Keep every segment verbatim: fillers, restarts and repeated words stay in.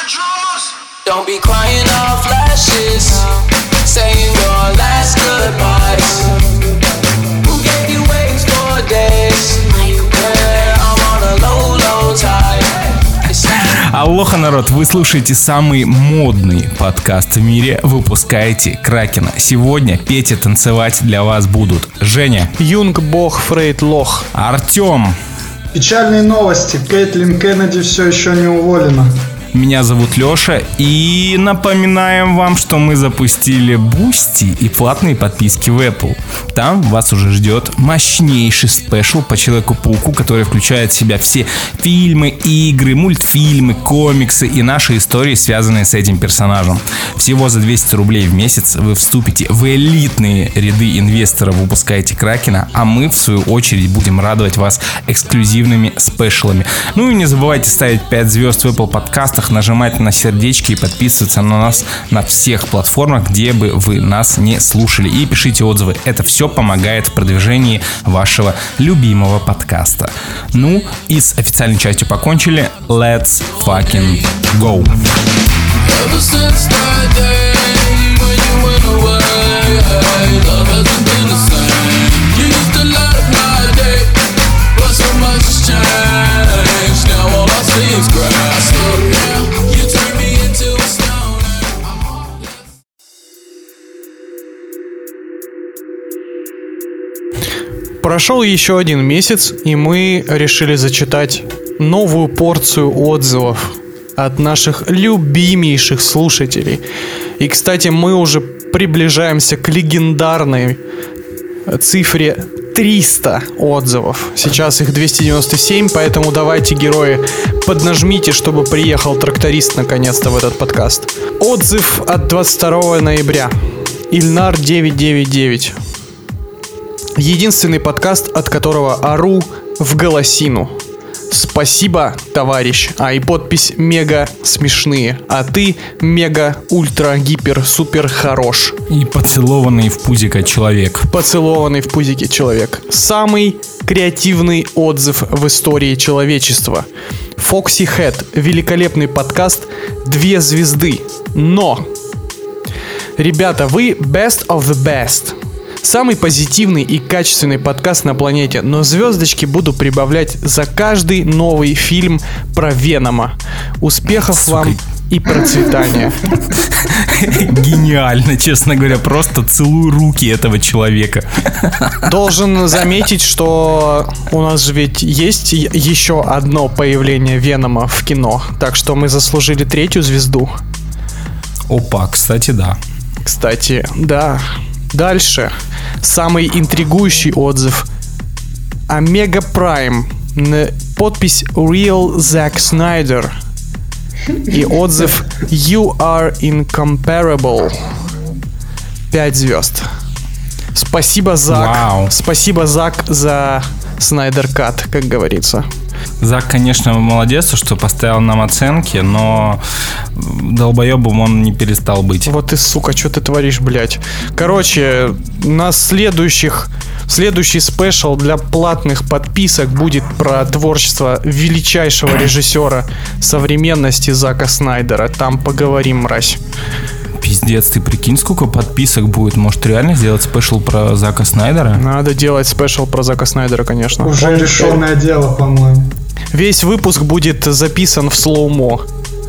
Don't be crying off lashes, saying your last goodbyes. Who gave you wings for days? Yeah, I'm on a low, low tide. Алоха, народ, вы слушаете самый модный подкаст в мире, выпускаете Кракена. Сегодня петь и танцевать для вас будут Женя, Юнг Бог Фрейд Лох, Артем. Печальные новости, Кэтлин Кеннеди все еще не уволена. Меня зовут Леша, и напоминаем вам, что мы запустили Бусти и платные подписки в Apple. Там вас уже ждет мощнейший спешл по Человеку-пауку, который включает в себя все фильмы, игры, мультфильмы, комиксы и наши истории, связанные с этим персонажем. Всего за двести рублей в месяц вы вступите в элитные ряды инвесторов, выпускаете Кракена, а мы, в свою очередь, будем радовать вас эксклюзивными спешлами. Ну и не забывайте ставить пять звезд в Apple подкастах, нажимать на сердечки и подписываться на нас на всех платформах, где бы вы нас не слушали. И пишите отзывы. Это все помогает в продвижении вашего любимого подкаста. Ну и с официальной частью покончили. Let's fucking go! Ever since that day when you went away, love hasn't been the same. You used to light up my day, but so much has changed. Now all I see is grass. You turn me into a stone. Прошел еще один месяц, и мы решили зачитать новую порцию отзывов от наших любимейших слушателей. И, кстати, мы уже приближаемся к легендарной цифре триста отзывов. Сейчас их двести девяносто семь, поэтому давайте, герои, поднажмите, чтобы приехал тракторист наконец-то в этот подкаст. Отзыв от двадцать второго ноября. Ильнар девятьсот девяносто девять. Единственный подкаст, от которого ору в голосину. Спасибо, товарищ. А и подпись мега смешные. А ты мега ультра гипер супер хорош. И поцелованный в пузико человек. Поцелованный в пузике человек. Самый креативный отзыв в истории человечества. Foxy Head. Великолепный подкаст. Две звезды. Но, ребята, вы best of the best. Самый позитивный и качественный подкаст на планете, но звездочки буду прибавлять за каждый новый фильм про Венома. Успехов Сука. Вам и процветания. Гениально, честно говоря, просто целую руки этого человека. Должен заметить, что у нас же ведь есть еще одно появление Венома в кино, так что мы заслужили третью звезду. Опа, кстати, да. Кстати, да. Дальше. Самый интригующий отзыв. Омега Prime. Подпись Real Zack Snyder. И отзыв You are incomparable. Пять звезд. Спасибо, Зак. Вау. Спасибо, Зак, за Снайдер Кат, как говорится. Зак, конечно, молодец, что поставил нам оценки, но долбоебом он не перестал быть. Вот ты, сука, что ты творишь, блядь. Короче, на следующих Следующий спешл для платных подписок будет про творчество величайшего режиссера современности Зака Снайдера. Там поговорим, мразь. Пиздец, ты прикинь, сколько подписок будет? Может, реально сделать спешл про Зака Снайдера? Надо делать спешл про Зака Снайдера, конечно. Уже решенное дело, по-моему. Весь выпуск будет записан в слоумо.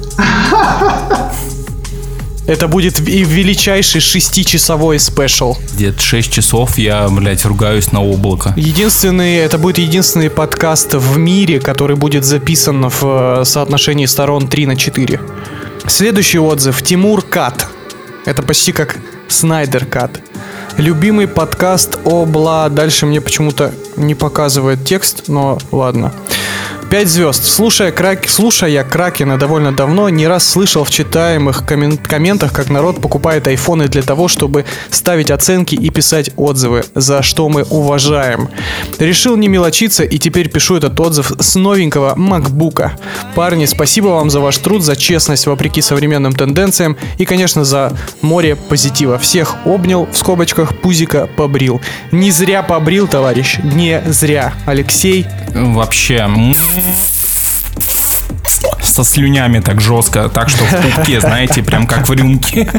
Это будет и величайший шестичасовой спешл. Где-то шесть часов я, блядь, ругаюсь на облако. Единственный, это будет единственный подкаст в мире, который будет записан в соотношении сторон три на четыре. Следующий отзыв. Тимур Кат. Это почти как Снайдер Кат. Любимый подкаст обла... Дальше мне почему-то не показывает текст, но ладно. Пять звезд. Слушая, крак... Слушая Кракена довольно давно, не раз слышал в читаемых коммен... комментах, как народ покупает айфоны для того, чтобы ставить оценки и писать отзывы, за что мы уважаем. Решил не мелочиться и теперь пишу этот отзыв с новенького макбука. Парни, спасибо вам за ваш труд, за честность вопреки современным тенденциям и, конечно, за море позитива. Всех обнял, в скобочках пузика побрил. Не зря побрил, товарищ, не зря. Алексей. Вообще... со слюнями так жестко, так что в пупке, знаете, прям как в рюмке.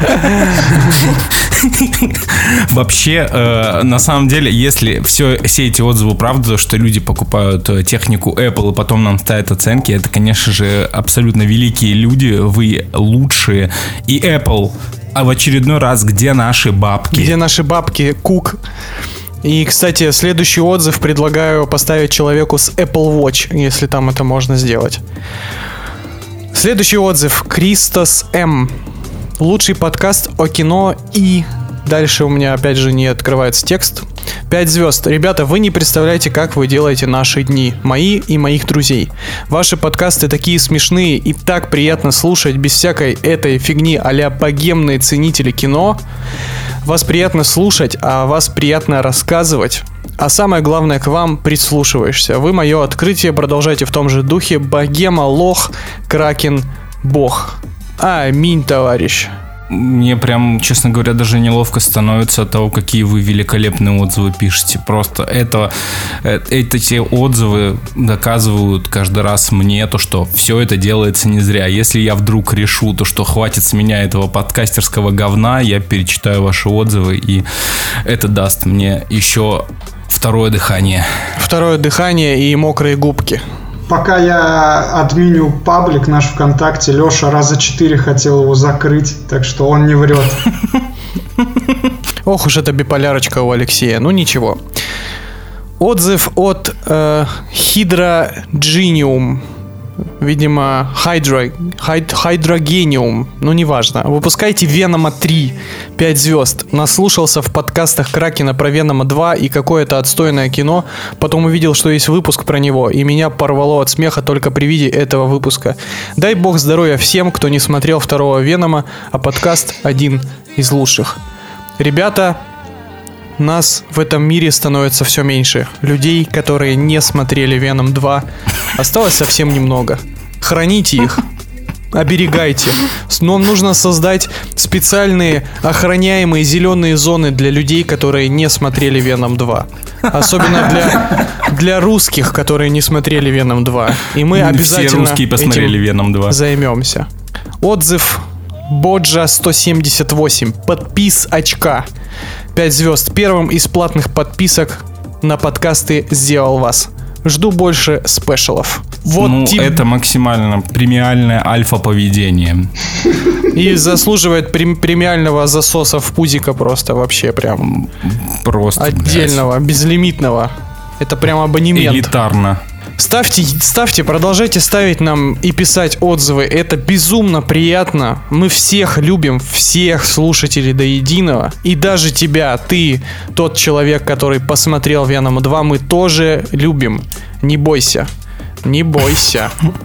Вообще, э, на самом деле, если все, все эти отзывы правда, что люди покупают технику Apple и потом нам ставят оценки, это, конечно же, абсолютно великие люди, вы лучшие. И Apple, а в очередной раз, где наши бабки? Где наши бабки, Кук? И, кстати, следующий отзыв предлагаю поставить человеку с Apple Watch, если там это можно сделать. Следующий отзыв. Кристос М. Лучший подкаст о кино и... Дальше у меня опять же не открывается текст. Пять звезд. Ребята, вы не представляете, как вы делаете наши дни. Мои и моих друзей. Ваши подкасты такие смешные и так приятно слушать без всякой этой фигни а-ля богемные ценители кино. Вас приятно слушать, а вас приятно рассказывать. А самое главное, к вам прислушиваешься. Вы мое открытие, продолжайте в том же духе. Богема, лох, кракен, бог. Аминь, товарищ. Мне прям, честно говоря, даже неловко становится от того, какие вы великолепные отзывы пишете. Просто это, эти отзывы доказывают каждый раз мне то, что все это делается не зря. Если я вдруг решу то, что хватит с меня этого подкастерского говна, я перечитаю ваши отзывы, и это даст мне еще второе дыхание. Второе дыхание и мокрые губки. Пока я админю паблик наш ВКонтакте, Леша раза четыре хотел его закрыть, так что он не врет. Ох уж эта биполярочка у Алексея, ну ничего. Отзыв от э, Hydrogenium. Видимо, Hydro, Hyd, Hydrogenium, ну неважно. Выпускайте Венома три, пять звезд. Наслушался в подкастах Кракена про Венома два и какое-то отстойное кино. Потом увидел, что есть выпуск про него, и меня порвало от смеха только при виде этого выпуска. Дай бог здоровья всем, кто не смотрел второго Венома, а подкаст один из лучших. Ребята, нас в этом мире становится все меньше. Людей, которые не смотрели Веном два, осталось совсем немного. Храните их, оберегайте. Но нужно создать специальные охраняемые зеленые зоны для людей, которые не смотрели Веном два. Особенно для, для русских, которые не смотрели Веном два. И мы обязательно все русские посмотрели Веном два. Займемся. Отзыв Боджа сто семьдесят восемь. Подпис очка. пять звезд. Первым из платных подписок на подкасты сделал вас. Жду больше спешалов. Вот ну, тип... это максимально премиальное альфа-поведение. И заслуживает прем- премиального засоса в пузико просто вообще прям. Просто, отдельного, блядь. Безлимитного. Это прям абонемент. Элитарно. Ставьте, ставьте, продолжайте ставить нам и писать отзывы. Это безумно приятно. Мы всех любим, всех слушателей до единого. И даже тебя, ты, тот человек, который посмотрел Венома два, мы тоже любим. Не бойся. Не бойся.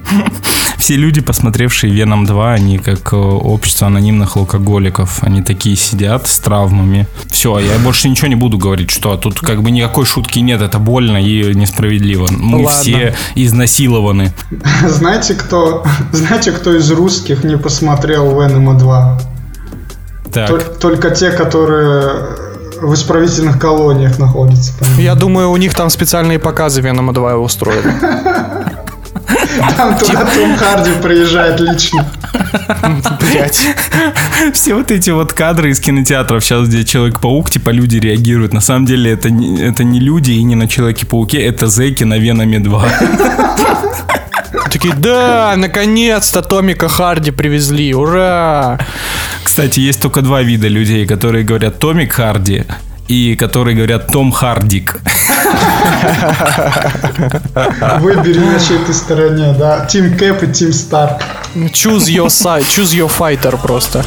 Все люди, посмотревшие Веном два, они как общество анонимных алкоголиков. Они такие сидят с травмами. Все, я больше ничего не буду говорить, что тут как бы никакой шутки нет. Это больно и несправедливо. Мы Ладно. все изнасилованы. Знаете, кто, знаете, кто из русских не посмотрел Венома два? Так. Только те, которые в исправительных колониях находятся. Я думаю, у них там специальные показы Венома два устроили. Там туда Том Харди приезжает лично. Блять. Все вот эти вот кадры из кинотеатров сейчас, где Человек-паук, типа люди реагируют. На самом деле это не, это не люди и не на Человеке-пауке, это зэки на Веноме два. Такие, да, наконец-то Томика Харди привезли, ура! Кстати, есть только два вида людей, которые говорят Томик Харди и которые говорят Том Хардик. Выбери на чьей-то стороне, да? Тим Кэп и Тим Старк. Choose your side, choose your fighter просто.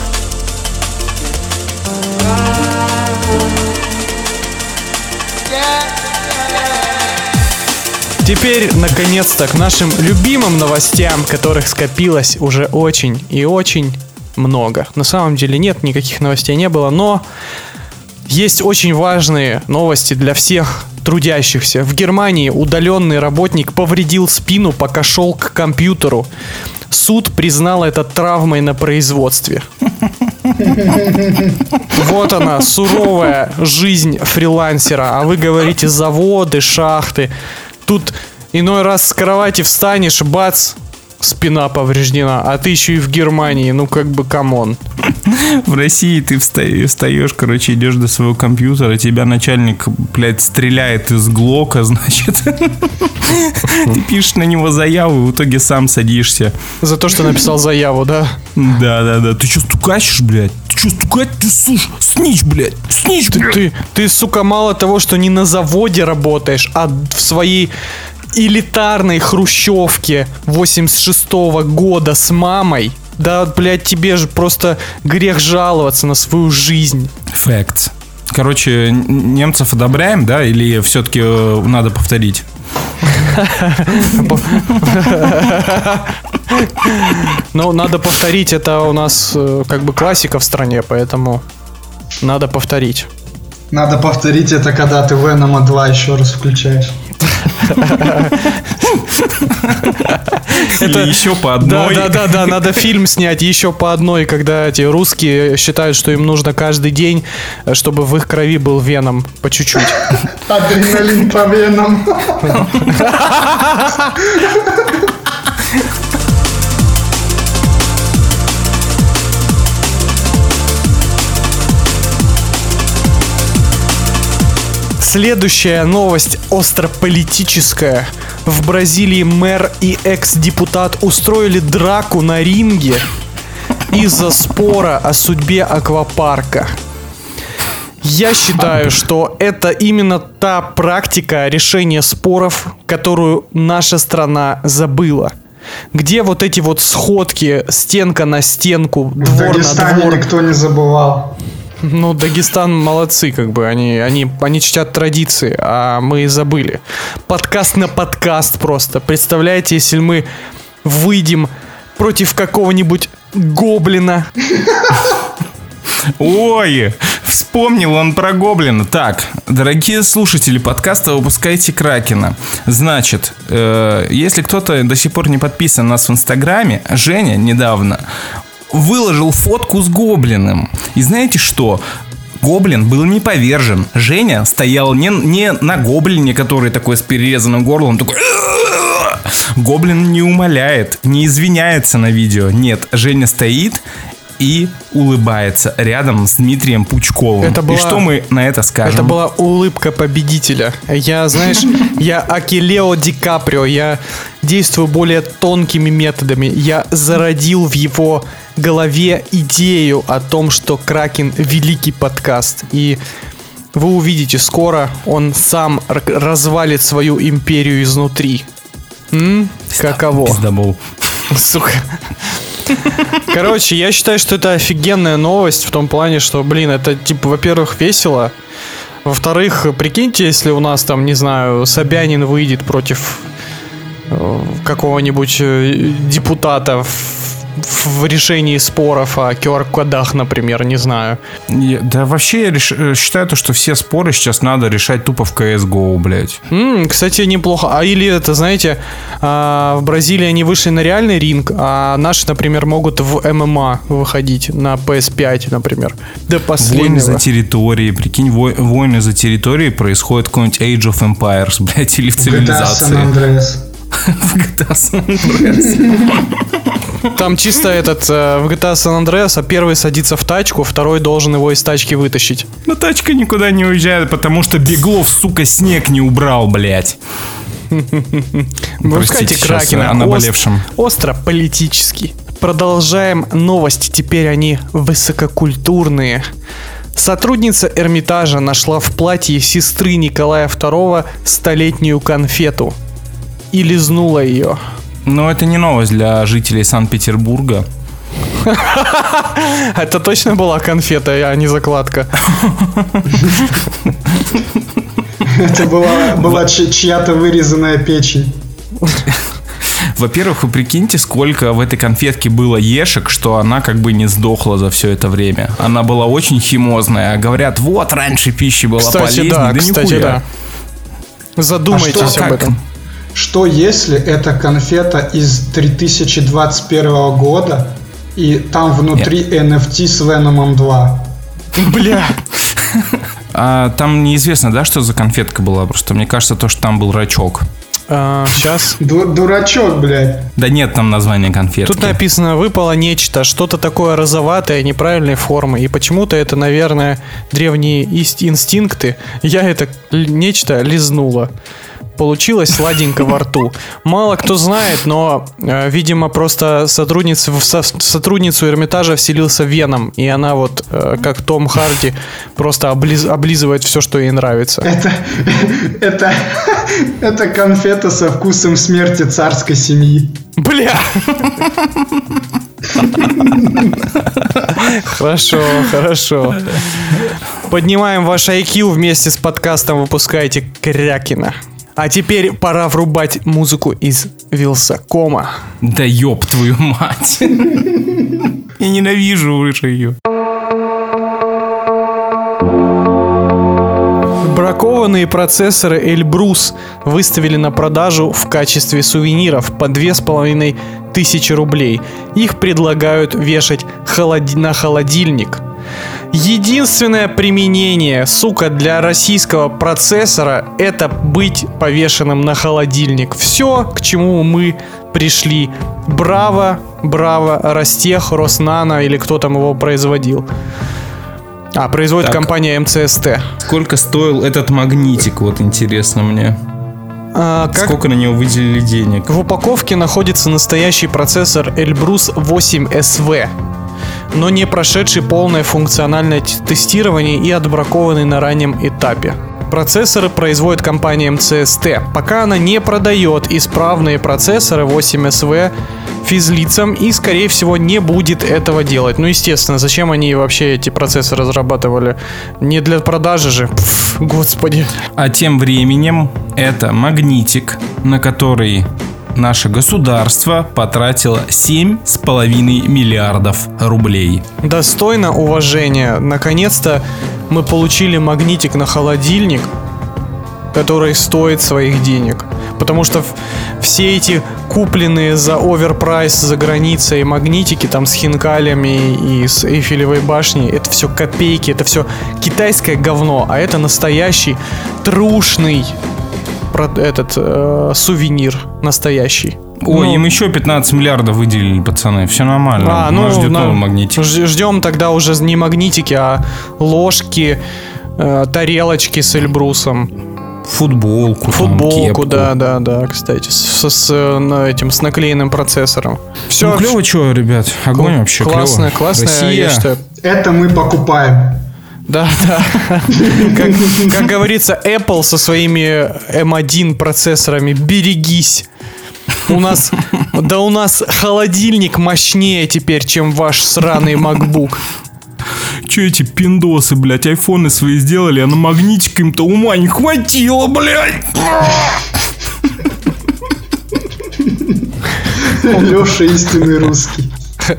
Теперь, наконец-то, к нашим любимым новостям, которых скопилось уже очень и очень много. На самом деле нет, никаких новостей не было, но есть очень важные новости для всех трудящихся. В Германии удаленный работник повредил спину, пока шел к компьютеру. Суд признал это травмой на производстве. Вот она, суровая жизнь фрилансера. А вы говорите заводы, шахты. Тут иной раз с кровати встанешь, бац, спина повреждена, а ты еще и в Германии, ну как бы камон. В России ты встаешь, встаешь, короче, идешь до своего компьютера, тебя начальник, блядь, стреляет из глока, значит. Ты пишешь на него заяву, и в итоге сам садишься. За то, что написал заяву, да? Да-да-да. Ты что, стукачишь, блядь? Ты что, стукать? Ты, суш, снич, блядь. Снич, Ты, блядь. ты, ты, сука, мало того, что не на заводе работаешь, а в своей элитарной хрущевке восемьдесят шестого года с мамой. Да, блядь, тебе же просто грех жаловаться на свою жизнь. Facts. Короче, немцев одобряем, да? Или все-таки надо повторить? Ну, надо повторить, это у нас э, как бы классика в стране, поэтому надо повторить. Надо повторить это, когда ты Венома два еще раз включаешь. Или еще по одной. Да, да, да, да, надо фильм снять еще по одной, когда эти русские считают, что им нужно каждый день, чтобы в их крови был Веном по чуть-чуть. Адреналин по венам. Следующая новость острополитическая. В Бразилии мэр и экс-депутат устроили драку на ринге из-за спора о судьбе аквапарка. Я считаю, что это именно та практика решения споров, которую наша страна забыла. Где вот эти вот сходки, стенка на стенку, В двор на Дагестане двор. никто не забывал. Ну, Дагестан молодцы, как бы, они, они, они чтят традиции, а мы забыли. Подкаст на подкаст просто. Представляете, если мы выйдем против какого-нибудь гоблина. Ой, вспомнил он про гоблина. Так, дорогие слушатели подкаста, выпускайте Кракена. Значит, э, если кто-то до сих пор не подписан на нас в Инстаграме, Женя недавно выложил фотку с гоблином. И знаете что? Гоблин был не повержен. Женя стоял не, не на гоблине, который такой с перерезанным горлом, такой... Гоблин не умоляет, не извиняется на видео. Нет, Женя стоит и улыбается рядом с Дмитрием Пучковым. Это была... И что мы на это скажем? Это была улыбка победителя. Я, знаешь, я Аки Лео Ди Каприо, я действую более тонкими методами. Я зародил в его голове идею о том, что Кракен великий подкаст. И вы увидите скоро, он сам р- развалит свою империю изнутри. М? Каково? Пиздобол. Сука. Короче, я считаю, что это офигенная новость в том плане, что, блин, это, типа, во-первых, весело. Во-вторых, прикиньте, если у нас там, не знаю, Собянин выйдет против э, какого-нибудь э, депутата в, в решении споров о ку ар-кодах, например, не знаю. Я- Да вообще я реш- считаю, то, что все споры сейчас надо решать тупо в си эс го, блядь. М, кстати, неплохо. А или это, знаете, а, в Бразилии они вышли на реальный ринг, а наши, например, могут в эм эм а выходить на пи эс пять, например. До Войны последнего. за территории, прикинь, вой- войны за территории происходят в какой-нибудь Age of Empires, блядь, или в В джи ти эй San цивилизации. Andreas. В джи ти эй San Andreas. Там чисто этот э, в джи ти эй San Andreas, а первый садится в тачку, второй должен его из тачки вытащить. Но тачка никуда не уезжает, потому что Беглов, сука, снег не убрал, блядь. Выпускайте сейчас Кракена. о наболевшем. Ост- остро политический. Продолжаем новости. Теперь они высококультурные. Сотрудница Эрмитажа нашла в платье сестры Николая второго столетнюю конфету и лизнула ее. Но это не новость для жителей Санкт-Петербурга. Это точно была конфета, а не закладка. Это была, была чь- чья-то вырезанная печень. Во-первых, вы прикиньте, сколько в этой конфетке было ешек, что она как бы не сдохла за все это время. Она была очень химозная. А говорят, вот, раньше пища была Кстати, полезнее. да, Да кстати, нихуя. да. Задумайтесь А что, об как? этом. Что если это конфета из две тысячи двадцать первого года, и там внутри эн эф ти с Веномом два? Бля. А там неизвестно, да, что за конфетка была. Просто мне кажется, то, что там был рачок. А, сейчас. Ду- дурачок, блядь. Да нет там названия конфетки. Тут написано: выпало нечто, что-то такое розоватое, неправильной формы. И почему-то это, наверное, древние ист- инстинкты. Я это л- нечто лизнула. Получилось сладенько во рту. Мало кто знает, но, э, видимо, просто сотрудница, в со- сотрудницу Эрмитажа вселился Веном. И она вот, э, как Том Харди, просто облиз- облизывает все, что ей нравится. Это, это, это конфета со вкусом смерти царской семьи. Бля! Хорошо, хорошо. Поднимаем ваш ай кью вместе с подкастом «Выпускайте Крякина». А теперь пора врубать музыку из Вилсакома. Да ёб твою мать. Я ненавижу уже ее. Бракованные процессоры Эльбрус выставили на продажу в качестве сувениров по две с половиной тысячи рублей. Их предлагают вешать холоди- на холодильник. Единственное применение, сука, для российского процессора — это быть повешенным на холодильник. Все, к чему мы пришли. Браво, браво, Ростех, Роснано или кто там его производил. А, производит Так. компания эм цэ эс тэ. Сколько стоил этот магнитик, вот интересно мне. А, как Сколько на него выделили денег? в упаковке находится настоящий процессор Эльбрус восемь эс ви, но не прошедший полное функциональное т- тестирование и отбракованный на раннем этапе. Процессоры производит компания эм цэ эс тэ. Пока она не продает исправные процессоры восемь эс ви физлицам и, скорее всего, не будет этого делать. Ну, естественно, зачем они вообще эти процессоры разрабатывали? Не для продажи же. Пф, господи. А тем временем это магнитик, на который наше государство потратило семь с половиной миллиардов рублей. Достойно уважения. Наконец-то мы получили магнитик на холодильник, который стоит своих денег. Потому что в- все эти купленные за оверпрайс за границей магнитики там с хинкалями и с Эйфелевой башней, это все копейки, это все китайское говно, а это настоящий трушный про- этот э, сувенир настоящий. Ой, Ну, им еще пятнадцать миллиардов выделили, пацаны. Все нормально. А, ну, Нас ждет на- новый магнитик. ж- ждем тогда уже не магнитики, а ложки, э, тарелочки с Эльбрусом, Футболку, там, футболку, кепку. да, да, да, кстати, с, с, э, на этим с наклеенным процессором. Все, Ну, клево, что, ребят? Огонь вообще, классная, клево. классная, Россия. я считаю. Это мы покупаем. Да, да. Как, как говорится, Apple со своими эм один процессорами, берегись. У нас, да у нас холодильник мощнее теперь, чем ваш сраный MacBook. Че эти пиндосы, блядь, айфоны свои сделали, а на магнитик им-то ума не хватило, блядь. Леша истинный русский.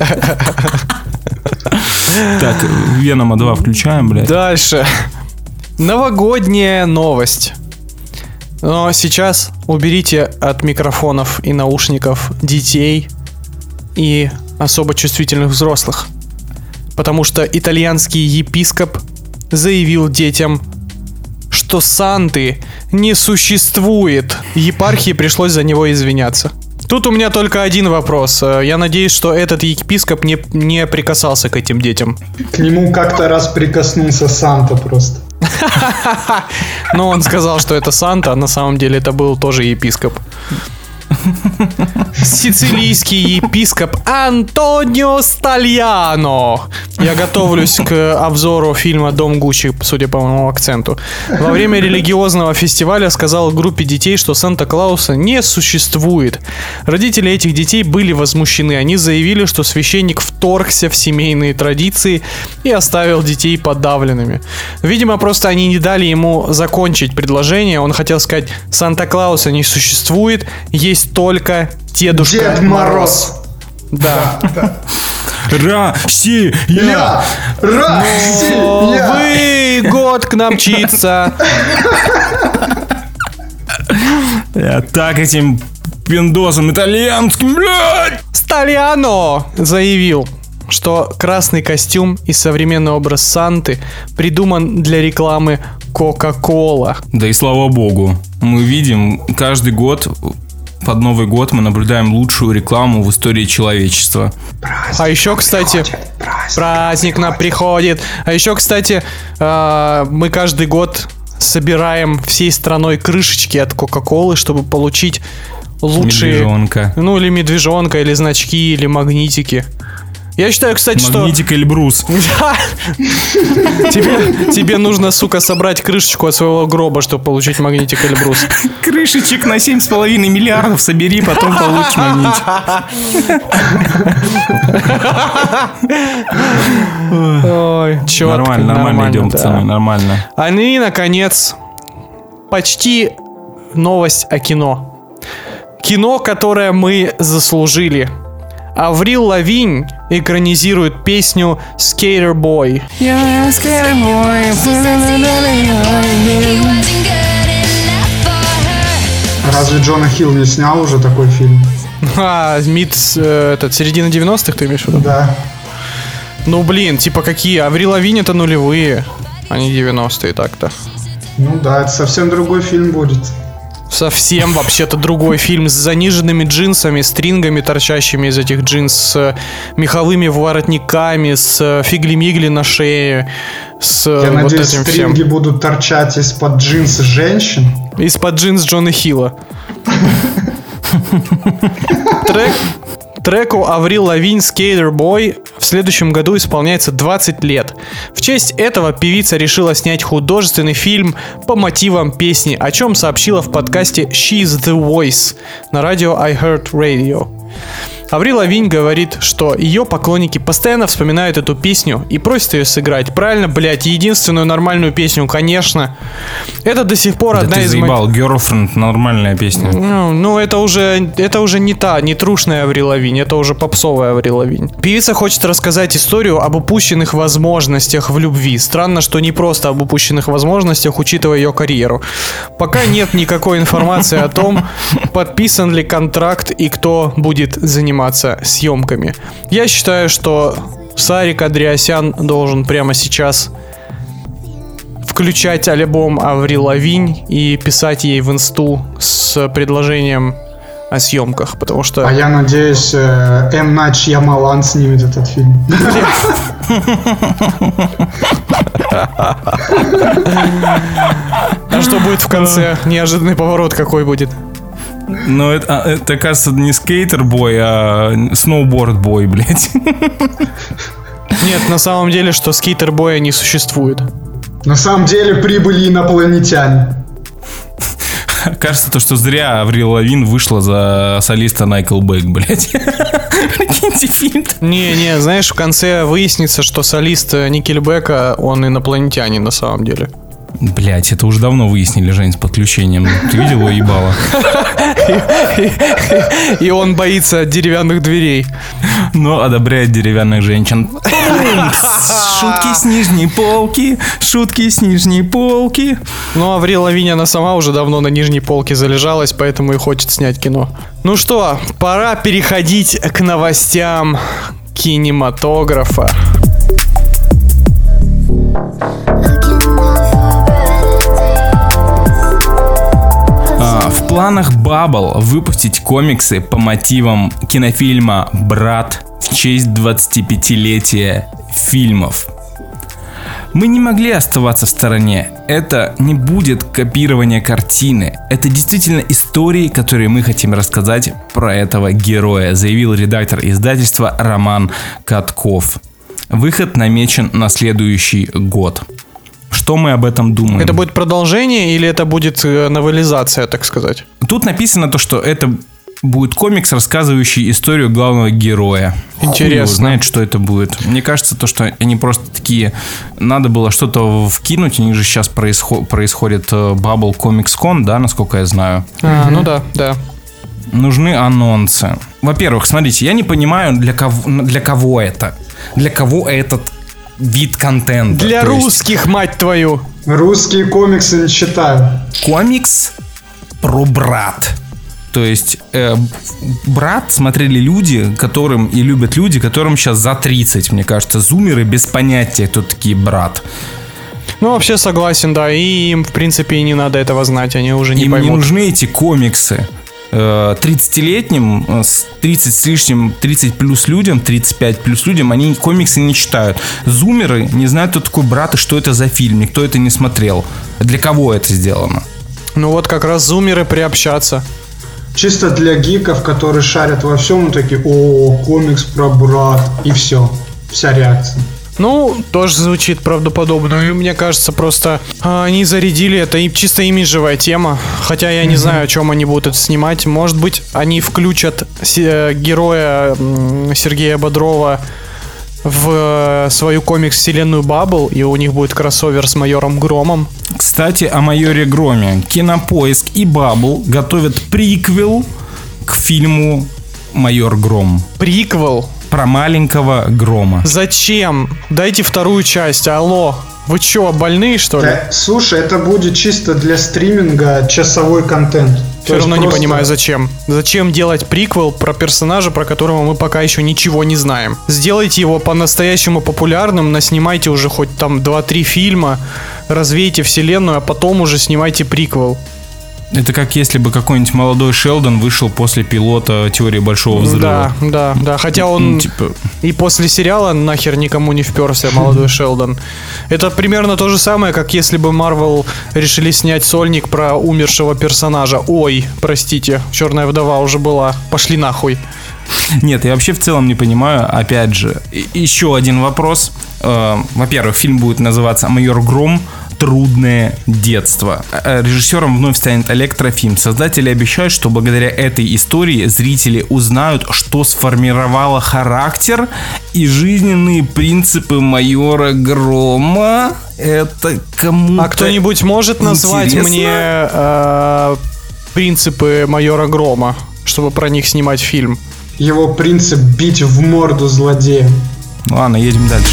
Так, Венома два включаем, блядь. Дальше. Новогодняя новость. Но сейчас уберите от микрофонов и наушников детей и особо чувствительных взрослых. Потому что итальянский епископ заявил детям, что Санты не существует. Епархии пришлось за него извиняться. Тут у меня только один вопрос. Я надеюсь, что этот епископ не, не прикасался к этим детям. К нему как-то раз прикоснулся Санта просто. Но он сказал, что это Санта, а на самом деле это был тоже епископ. Сицилийский епископ Антонио Стальяно. Я готовлюсь к обзору фильма «Дом Гуччи», судя по моему акценту. Во время религиозного фестиваля сказал группе детей, что Санта-Клауса не существует. Родители этих детей были возмущены. Они заявили, что священник вторгся в семейные традиции и оставил детей подавленными. Видимо, просто они не дали ему закончить предложение. Он хотел сказать: Санта-Клауса не существует, есть только Дедушка Дед Мороз. Да. Россия! Я! Россия! Новый год к нам мчится. Я так этим пиндосом итальянским, блядь! Стальяно заявил, что красный костюм и современный образ Санты придуман для рекламы Кока-кола. Да и слава богу. Мы видим каждый год, под Новый год мы наблюдаем лучшую рекламу в истории человечества. Праздник А еще, кстати, приходит, праздник праздник нам приходит. А еще, кстати, э, мы каждый год собираем всей страной крышечки от Кока-колы, чтобы получить лучшие... Медвежонка. Ну, или медвежонка, или значки, или магнитики. Я считаю, кстати, Магнитик или брус. что... Да. Тебе, тебе нужно, сука, собрать крышечку от своего гроба, чтобы получить магнитик или брус. Крышечек на семь с половиной миллиардов собери, потом получишь магнитик. Ой, чётко, Нормально, нормально идем, да. пацаны, нормально. А и, наконец, почти новость о кино. Кино, которое мы заслужили. Аврил Лавинь экранизирует песню Skater Boy. Разве Джона Хилл не снял уже такой фильм? А, мид, э, этот, середина девяностых, ты имеешь в виду? Да. Ну, блин, типа какие? Аврил Лавинь это нулевые, а не девяностые так-то. Ну да, это совсем другой фильм будет. Совсем вообще-то другой фильм с заниженными джинсами, стрингами, торчащими из этих джинс, с меховыми воротниками, с фигли-мигли на шее, с Я вот надеюсь, этим стринги всем. будут торчать из-под джинс женщин. Из-под джинс Джона Хилла. Трек, треку Аврил Лавинь Skater Boy в следующем году исполняется двадцать лет. В честь этого певица решила снять художественный фильм по мотивам песни, о чем сообщила в подкасте She's the Voice на радио iHeartRadio. Аврил Лавинь говорит, что ее поклонники постоянно вспоминают эту песню и просят ее сыграть. Правильно, блять, единственную нормальную песню, конечно. Это до сих пор Да одна ты из моих... заебал, Girlfriend, нормальная песня. Ну, ну, это уже, это уже не та, не трушная Аврил Лавинь, это уже попсовая Аврил Лавинь. Певица хочет рассказать историю об упущенных возможностях в любви. Странно, что не просто об упущенных возможностях, учитывая ее карьеру. Пока нет никакой информации о том, подписан ли контракт и кто будет заниматься съемками. Я считаю, что Сарик Андреасян должен прямо сейчас включать альбом Аврил Лавинь и писать ей в инсту с предложением о съемках, потому что... А я надеюсь, э, М. Найт Шьямалан снимет этот фильм. А что будет в конце? Неожиданный поворот какой будет? Но это, а, это, кажется, не скейтер-бой, а сноуборд-бой, блядь. Нет, на самом деле, что скейтер-боя не существует. На самом деле прибыли инопланетяне. Кажется, то, что зря Аврил Лавин вышла за солиста Nickelback, блядь. Прикиньте фильм. Не-не, знаешь, в конце выяснится, что солист Никельбека, он инопланетянин на самом деле. Блять, это уже давно выяснили, Жень, с подключением. Ты видел его ебало? И он боится деревянных дверей. Но одобряет деревянных женщин. Шутки с нижней полки, шутки с нижней полки. Ну, Аврил Лавинь, она сама уже давно на нижней полке залежалась, поэтому и хочет снять кино. Ну что, пора переходить к новостям кинематографа. В планах Bubble выпустить комиксы по мотивам кинофильма «Брат» в честь двадцатипятилетия фильмов. Мы не могли оставаться в стороне. Это не будет копирование картины. Это действительно истории, которые мы хотим рассказать про этого героя, заявил редактор издательства Роман Катков. Выход намечен на следующий год. Что мы об этом думаем? Это будет продолжение или это будет новелизация, так сказать? Тут написано то, что это будет комикс, рассказывающий историю главного героя. Интересно. Хуй его знает, что это будет. Мне кажется, то, что они просто такие... Надо было что-то вкинуть. У них же сейчас происход... происходит Bubble Comics Con, да, насколько я знаю. А, ну да, да. Нужны анонсы. Во-первых, смотрите, я не понимаю, для кого, для кого это. Для кого этот вид контента. Для То русских, есть, мать твою. Русские комиксы не читаю. комикс про брат. То есть э, брат смотрели люди, которым и любят люди, которым сейчас за тридцать, мне кажется, зумеры без понятия, кто такие брат. Ну, вообще согласен, да. И им, в принципе, и не надо этого знать. Они уже не Им поймут. не нужны эти комиксы. тридцатилетним, с тридцать с лишним, тридцать плюс людям, тридцать пять плюс людям, они комиксы не читают. Зумеры не знают, кто такой брат и что это за фильм, никто это не смотрел. Для кого это сделано? Ну вот как раз зумеры приобщаться. Чисто для гиков, которые шарят во всем, и такие: о, комикс про брат, и все. Вся реакция. Ну, тоже звучит правдоподобно. И мне кажется, просто а, они зарядили это, и чисто имиджевая тема. Хотя я не mm-hmm. знаю, о чем они будут это снимать. Может быть, они включат се- героя м- Сергея Бодрова в свою комикс-вселенную Баббл, и у них будет кроссовер с Майором Громом. Кстати, о Майоре Громе. Кинопоиск и Баббл готовят приквел к фильму «Майор Гром». Приквел? Про маленького Грома. Зачем? Дайте вторую часть, алло. Вы чё, больные, что ли? Да, слушай, это будет чисто для стриминга часовой контент. Все равно просто... не понимаю, зачем. Зачем делать приквел про персонажа, про которого мы пока еще ничего не знаем? Сделайте его по-настоящему популярным, наснимайте уже хоть там два-три фильма, развейте вселенную, а потом уже снимайте приквел. Это как если бы какой-нибудь молодой Шелдон вышел после пилота «Теории большого взрыва». Да, да, да. Хотя он ну, типа... и после сериала нахер никому не вперся, молодой Шелдон. Это примерно то же самое, как если бы Marvel решили снять сольник про умершего персонажа. Ой, простите, «Черная вдова» уже была. Пошли нахуй. Нет, я вообще в целом не понимаю. Опять же, еще один вопрос. Во-первых, фильм будет называться «Майор Гром. Трудное детство». Режиссером вновь станет Олег Трофим. Создатели обещают, что благодаря этой истории зрители узнают, что сформировало характер и жизненные принципы майора Грома. Это кому-то А кто-нибудь может назвать интересно? мне э, принципы майора Грома, чтобы про них снимать фильм? Его принцип — бить в морду злодеям. Ладно, едем дальше.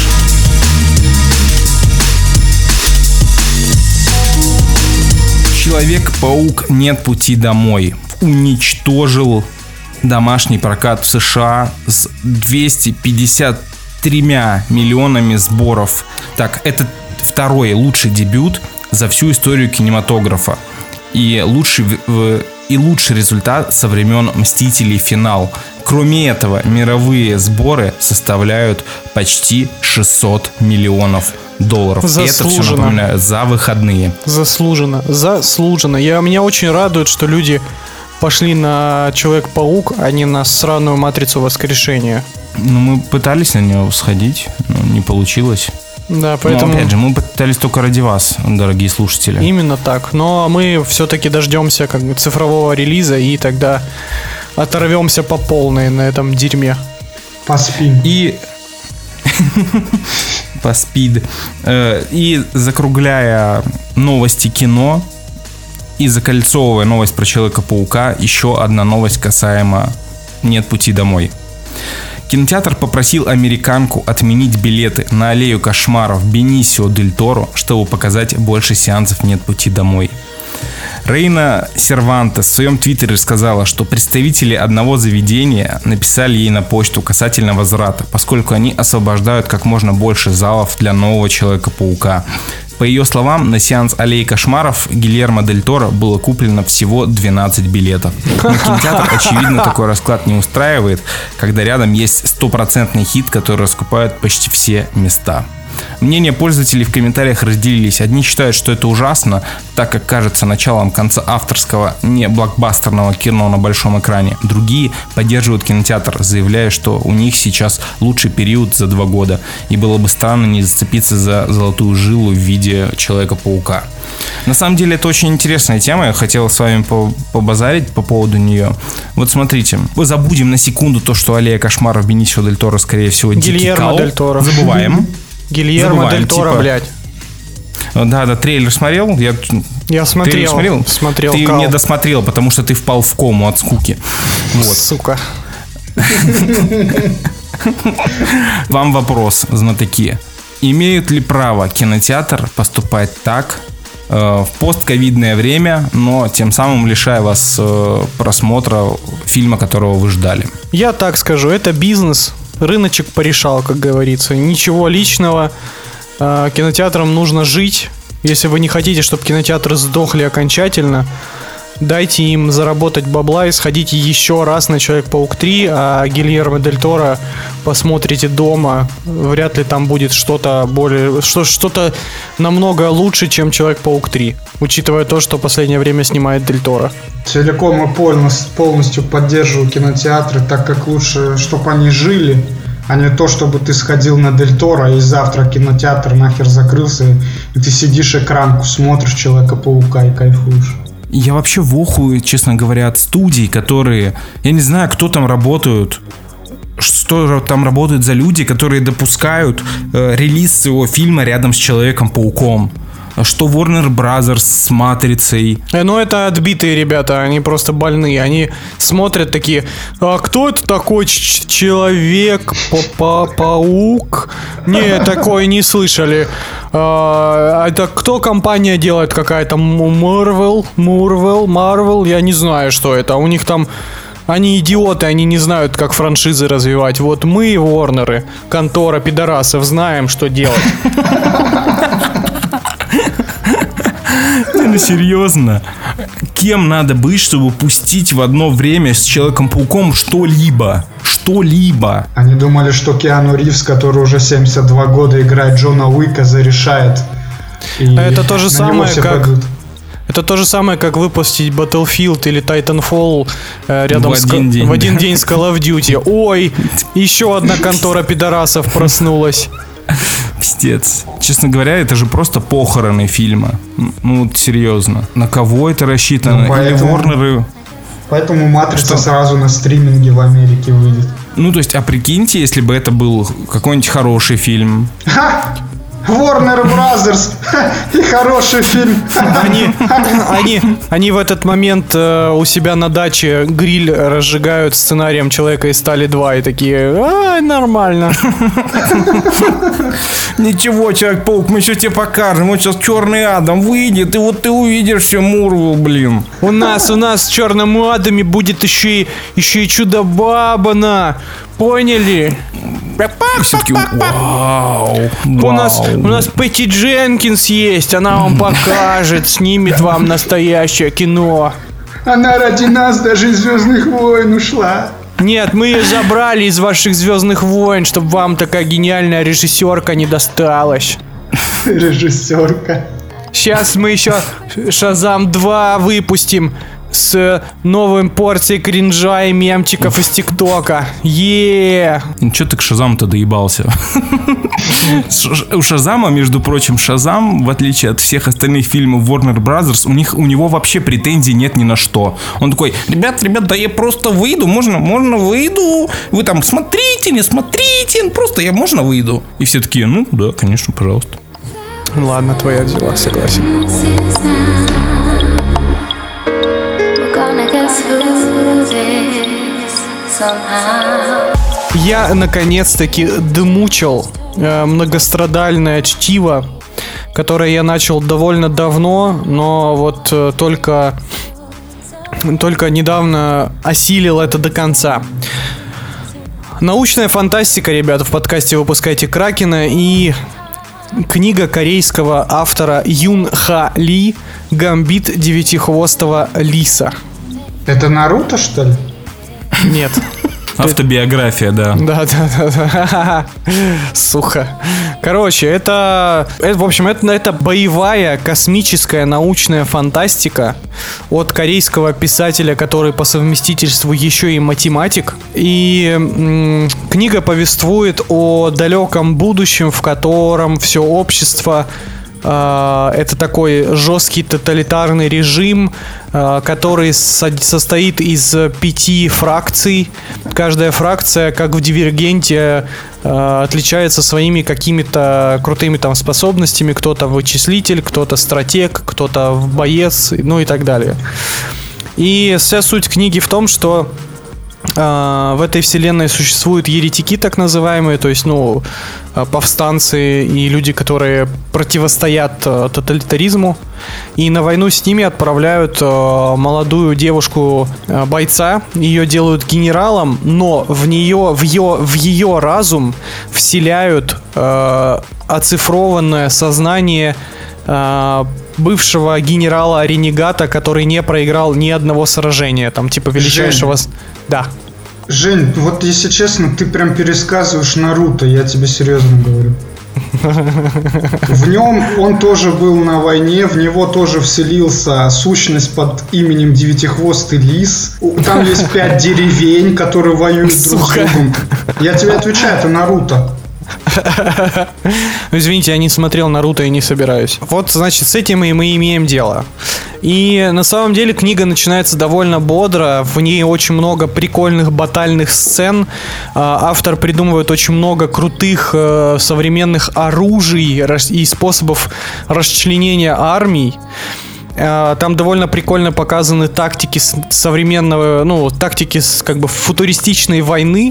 Человек-паук «Нет пути домой» уничтожил домашний прокат в США с двумястами пятьдесят тремя миллионами сборов. Так, это второй лучший дебют за всю историю кинематографа. И лучший, и лучший результат со времен «Мстителей. Финал». Кроме этого, мировые сборы составляют почти шестьсот миллионов долларов. Заслуженно. И это все, напоминаю, за выходные. Заслуженно, заслуженно. Я, меня очень радует, что люди пошли на Человек-паук, а не на сраную Матрицу Воскрешения. Ну, мы пытались на нее сходить, но не получилось. Да, поэтому... Но, опять же, мы пытались только ради вас, дорогие слушатели. Именно так. Но мы все-таки дождемся как бы цифрового релиза, и тогда оторвемся по полной на этом дерьме. Поспим. И... Поспид. И закругляя новости кино и закольцовывая новость про Человека-паука, еще одна новость касаемо «Нет пути домой». Кинотеатр попросил американку отменить билеты на аллею кошмаров Бенисио Дель Торо, чтобы показать больше сеансов «Нет пути домой». Рейна Сервантес в своем твиттере сказала, что представители одного заведения написали ей на почту касательно возврата, поскольку они освобождают как можно больше залов для нового Человека-паука. По ее словам, на сеанс «Аллеи кошмаров» Гильермо Дель Торо было куплено всего двенадцать билетов. Но кинотеатр, очевидно, такой расклад не устраивает, когда рядом есть стопроцентный хит, который раскупают почти все места. Мнения пользователей в комментариях разделились. Одни считают, что это ужасно, так как кажется началом конца авторского, не блокбастерного кино на большом экране. Другие поддерживают кинотеатр, заявляя, что у них сейчас лучший период за два года, и было бы странно не зацепиться за золотую жилу в виде Человека-паука. На самом деле это очень интересная тема, я хотел с вами побазарить по поводу нее. Вот смотрите, мы забудем на секунду то, что «Аллея кошмаров» Бенисио Дель Торо, скорее всего, дикий кал. Дель Торо. Забываем. Гильермо Дель Торо, типа... блядь. Да, да, трейлер смотрел? Я, Я смотрел. Трейлер смотрел? Смотрел. Ты кал. не досмотрел, потому что ты впал в кому от скуки. Вот. Сука. Вам вопрос, знатоки. Имеют ли право кинотеатр поступать так э, в постковидное время, но тем самым лишая вас э, просмотра фильма, которого вы ждали? Я так скажу, это бизнес. Рыночек порешал, как говорится. Ничего личного. Кинотеатрам нужно жить, Если вы не хотите, чтобы кинотеатры сдохли окончательно, дайте им заработать бабла и сходите еще раз на Человек-паук три, а Гильермо Дель Торо посмотрите дома. Вряд ли там будет что-то более, что, что-то намного лучше, чем Человек-паук три, учитывая то, что в последнее время снимает Дель Торо. Целиком и полностью, полностью поддерживаю кинотеатры, так как лучше, чтобы они жили, а не то, чтобы ты сходил на Дель Торо и завтра кинотеатр нахер закрылся, и ты сидишь экранку, смотришь Человека-паука и кайфуешь. Я вообще в охуе, честно говоря, от студий, которые... Я не знаю, кто там работают, что там работают за люди, которые допускают э, релиз своего фильма рядом с Человеком-пауком. Что Warner Brothers с Матрицей. Э, ну это отбитые ребята, они просто больные. Они смотрят такие: а кто это такой ч- Человек-паук? Не, такое не слышали. А, это кто компания делает какая-то? Marvel? Marvel? Marvel? Я не знаю, что это. У них там... Они идиоты, они не знают, как франшизы развивать. Вот мы, Ворнеры, контора пидорасов, знаем, что делать. Ну серьезно, кем надо быть, чтобы пустить в одно время с Человеком-пауком что-либо? Что-либо. Они думали, что Киану Ривз, который уже семьдесят два года играет Джона Уика, зарешает. И это то же самое, как... пойдут. Это то же самое, как выпустить Battlefield или Titanfall э, рядом в с один, день, в один да. день с Call of Duty. Ой, еще одна контора пидорасов проснулась. Пиздец. Честно говоря, это же просто похороны фильма. Ну, вот серьезно. На кого это рассчитано? Ну, поэтому... Или Ворнеры... Поэтому «Матрица» Что? сразу на стриминге в Америке выйдет. Ну, то есть, а прикиньте, если бы это был какой-нибудь хороший фильм. Ха! Warner Brothers и хороший фильм. Они, они, они в этот момент э, у себя на даче гриль разжигают сценарием «Человека из стали два» и такие: ай, нормально. Ничего, Человек-паук, мы сейчас тебе покажем. Вот сейчас Черный Адам выйдет, и вот ты увидишь все Мурву, блин. У нас, у нас с Черным Адамом будет еще и, еще и Чудо-бабана. Поняли? Все-таки вау, У нас, вау. у нас Пэтти Дженкинс есть, она вам покажет, снимет вам настоящее кино. Она ради нас даже из «Звездных войн» ушла. Нет, мы ее забрали из ваших «Звездных войн», чтобы вам такая гениальная режиссерка не досталась. Режиссерка. Сейчас мы еще «Шазам два» выпустим с новым порцией кринжа и мемчиков из ТикТока. Е. Ну, чё ты к Шазаму-то доебался? У Шазама, между прочим, Шазам, в отличие от всех остальных фильмов Warner Brothers, у них, у него вообще претензий нет ни на что. Он такой: ребят, ребят, да я просто выйду, можно, можно выйду. Вы там смотрите, не смотрите, просто я можно выйду. И все такие: ну да, конечно, пожалуйста. Ладно, твоя взяла, согласен. Я наконец-таки домучил э, многострадальное чтиво, которое я начал довольно давно, но вот э, только, только недавно осилил это до конца. Научная фантастика, ребята, в подкасте «Выпускайте Кракена» и книга корейского автора Юн Ха Ли «Гамбит девятихвостого лиса». Это Наруто, что ли? Нет. Автобиография, да. Да, да, да, да. Сука. Короче, это, это в общем, это, это боевая космическая научная фантастика от корейского писателя, который по совместительству еще и математик. И м- книга повествует о далеком будущем, в котором все общество э, это такой жесткий тоталитарный режим, э, который со- состоит из пяти фракций. Каждая фракция, как в Дивергенте, э, отличается своими какими-то крутыми там способностями. Кто-то вычислитель, кто-то стратег, кто-то боец, ну и так далее. И вся суть книги в том, что Uh, в этой вселенной существуют еретики, так называемые, то есть, ну, повстанцы и люди, которые противостоят uh, тоталитаризму. И на войну с ними отправляют uh, молодую девушку uh, бойца, ее делают генералом, но в нее, в ее, в ее разум вселяют uh, оцифрованное сознание э, бывшего генерала-ренегата, который не проиграл ни одного сражения, там, типа, величайшего... Жень. Да. Жень, вот если честно, ты прям пересказываешь Наруто, я тебе серьезно говорю. В нем он тоже был на войне, в него тоже вселился сущность под именем Девятихвостый Лис. Там есть пять деревень, которые воюют друг с другом. Я тебе отвечаю, это Наруто. Извините, я не смотрел Наруто и не собираюсь. Вот, значит, с этим и мы имеем дело. И на самом деле книга начинается довольно бодро. В ней очень много прикольных батальных сцен. Автор придумывает очень много крутых современных оружий и способов расчленения армий. Там довольно прикольно показаны тактики современного, ну, тактики как бы футуристичной войны.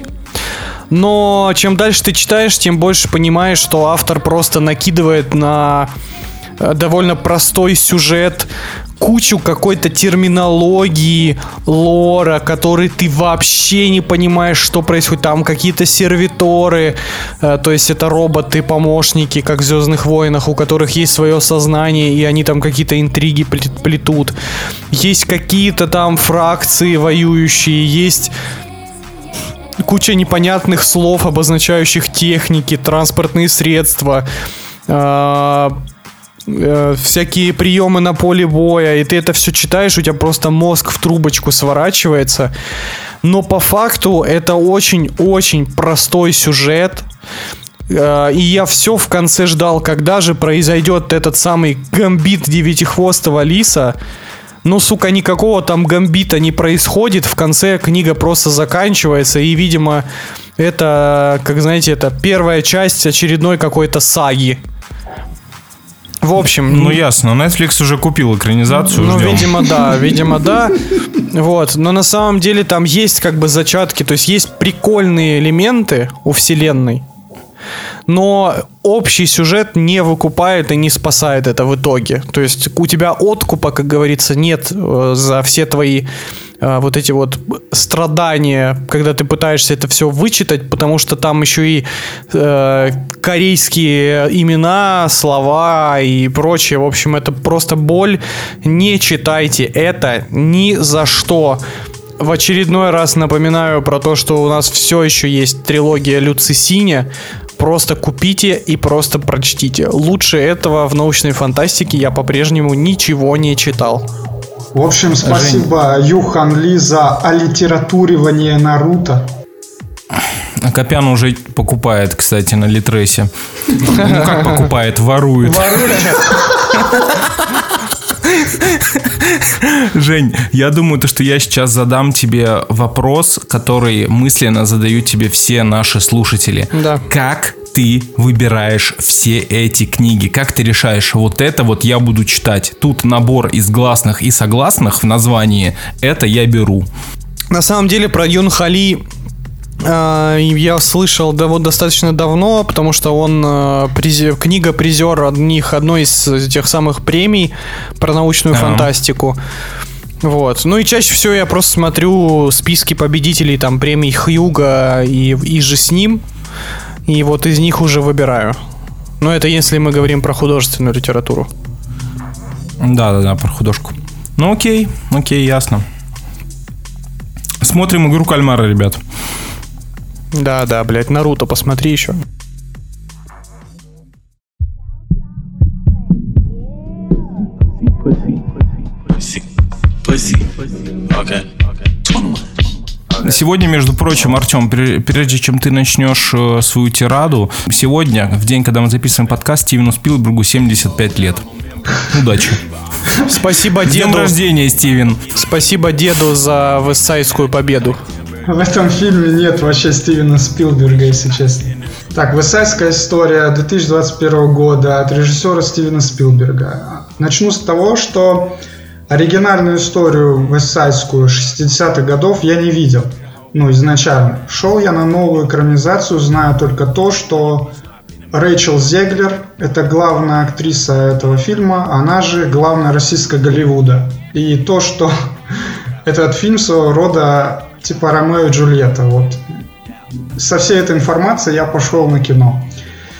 Но чем дальше ты читаешь, тем больше понимаешь, что автор просто накидывает на довольно простой сюжет кучу какой-то терминологии, лора, который ты вообще не понимаешь, что происходит. Там какие-то сервиторы, э, то есть это роботы-помощники, как в «Звездных войнах», у которых есть свое сознание, и они там какие-то интриги плетут. Есть какие-то там фракции воюющие, есть... куча непонятных слов, обозначающих техники, транспортные средства, э, э, всякие приемы на поле боя. И ты это все читаешь, у тебя просто мозг в трубочку сворачивается. Но по факту это очень-очень простой сюжет. Э, и я все в конце ждал, когда же произойдет этот самый гамбит Девятихвостого Лиса. Но, сука, никакого там гамбита не происходит. В конце книга просто заканчивается. И, видимо, это, как знаете, это первая часть очередной какой-то саги. В общем... Ну, ясно. Netflix уже купил экранизацию. Ну, ждем. видимо, да. Видимо, да. Вот. Но на самом деле там есть как бы зачатки. То есть есть прикольные элементы у вселенной. Но общий сюжет не выкупает и не спасает это в итоге. То есть у тебя откупа, как говорится, нет за все твои э, вот эти вот страдания, когда ты пытаешься это все вычитать, потому что там еще и э, корейские имена, слова и прочее. В общем, это просто боль. Не читайте это ни за что. В очередной раз напоминаю про то, что у нас все еще есть трилогия Люцисиня. Просто купите и просто прочтите. Лучше этого в научной фантастике я по-прежнему ничего не читал. В общем, спасибо Юхан Ли за аллитературивание Наруто. Копян уже покупает, кстати, на Литресе. Ну как покупает? Ворует. Жень, я думаю, то, что я сейчас задам тебе вопрос, который мысленно задают тебе все наши слушатели. Да. Как ты выбираешь все эти книги? Как ты решаешь, вот это вот я буду читать? Тут набор из гласных и согласных в названии. Это я беру. На самом деле про Юнха Ли э, я слышал да, вот достаточно давно, потому что он э, приз, книга-призер одних, одной из тех самых премий про научную А-а-а. фантастику. Вот. Ну и чаще всего я просто смотрю списки победителей там премий Хьюга и, и же с ним. И вот из них уже выбираю. Но это если мы говорим про художественную литературу. Да-да-да, про художку. Ну окей, окей, ясно. Смотрим «Игру кальмара», ребят. Да-да, блядь, Наруто посмотри еще. Сегодня, между прочим, Артем, прежде чем ты начнешь свою тираду, сегодня, в день, когда мы записываем подкаст, Стивену Спилбергу семьдесят пять лет. Удачи. Спасибо деду. С днем рождения, Стивен. Спасибо деду за вестсайдскую победу. В этом фильме нет вообще Стивена Спилберга, если честно. Так, «Вестсайдская история» две тысячи двадцать первого года от режиссера Стивена Спилберга. Начну с того, что оригинальную историю вестсайдскую шестидесятых годов я не видел. Ну, изначально. Шел я на новую экранизацию, знаю только то, что Рэйчел Зеглер – это главная актриса этого фильма, она же главная российская Голливуда. И то, что этот фильм своего рода типа Ромео и Джульетта. Вот. Со всей этой информацией я пошел на кино.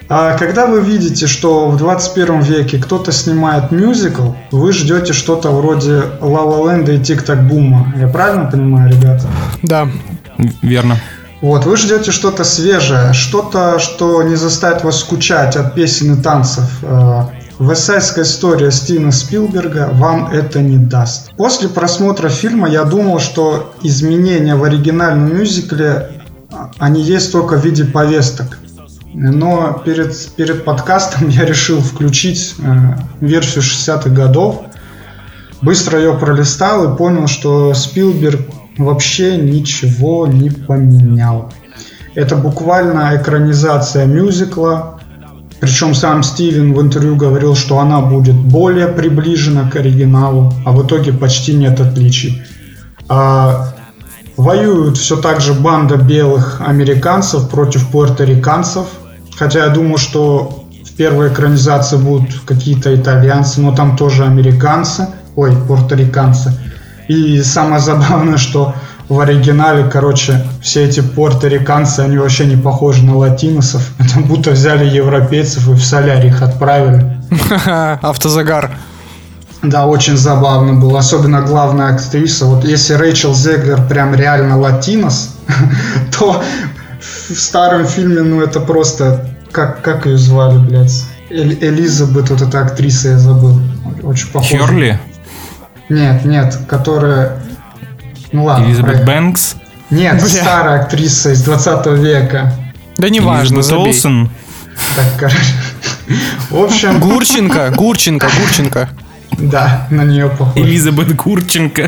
А когда вы видите, что в двадцать первом веке кто-то снимает мюзикл, вы ждете что-то вроде Ла Ла Ленда и Тик Так Бума. Я правильно понимаю, ребята? Да. Верно. Вот, вы ждете что-то свежее, что-то, что не заставит вас скучать от песен и танцев. Вестсайдская история Стивена Спилберга вам это не даст. После просмотра фильма я думал, что изменения в оригинальном мюзикле, они есть только в виде повесток. Но перед, перед подкастом я решил включить э, версию шестидесятых годов. Быстро ее пролистал и понял, что Спилберг вообще ничего не поменял. Это буквально экранизация мюзикла. Причем сам Стивен в интервью говорил, что она будет более приближена к оригиналу, а в итоге почти нет отличий. А воюют все так же банда белых американцев против пуэрториканцев. Хотя я думаю, что в первой экранизации будут какие-то итальянцы, но там тоже американцы, ой, пуэрториканцы. И самое забавное, что в оригинале, короче, все эти пуэрториканцы, они вообще не похожи на латиносов. Это будто взяли европейцев и в солярий их отправили. Автозагар. Да, очень забавно было. Особенно главная актриса. Вот если Рэйчел Зеглер прям реально латинос, то в старом фильме, ну это просто... Как, как ее звали, блядь? Эль, Элизабет, вот эта актриса, я забыл. Очень похожа. Херли? Нет, нет, которая... Ну ладно. Элизабет про... Бэнкс? Нет, Бля. Старая актриса из двадцатого века. Да не важно, Элизабет забей. Олсен? Так, короче. В общем... Гурченко, Гурченко, Гурченко. Да, на нее похоже. Элизабет Гурченко.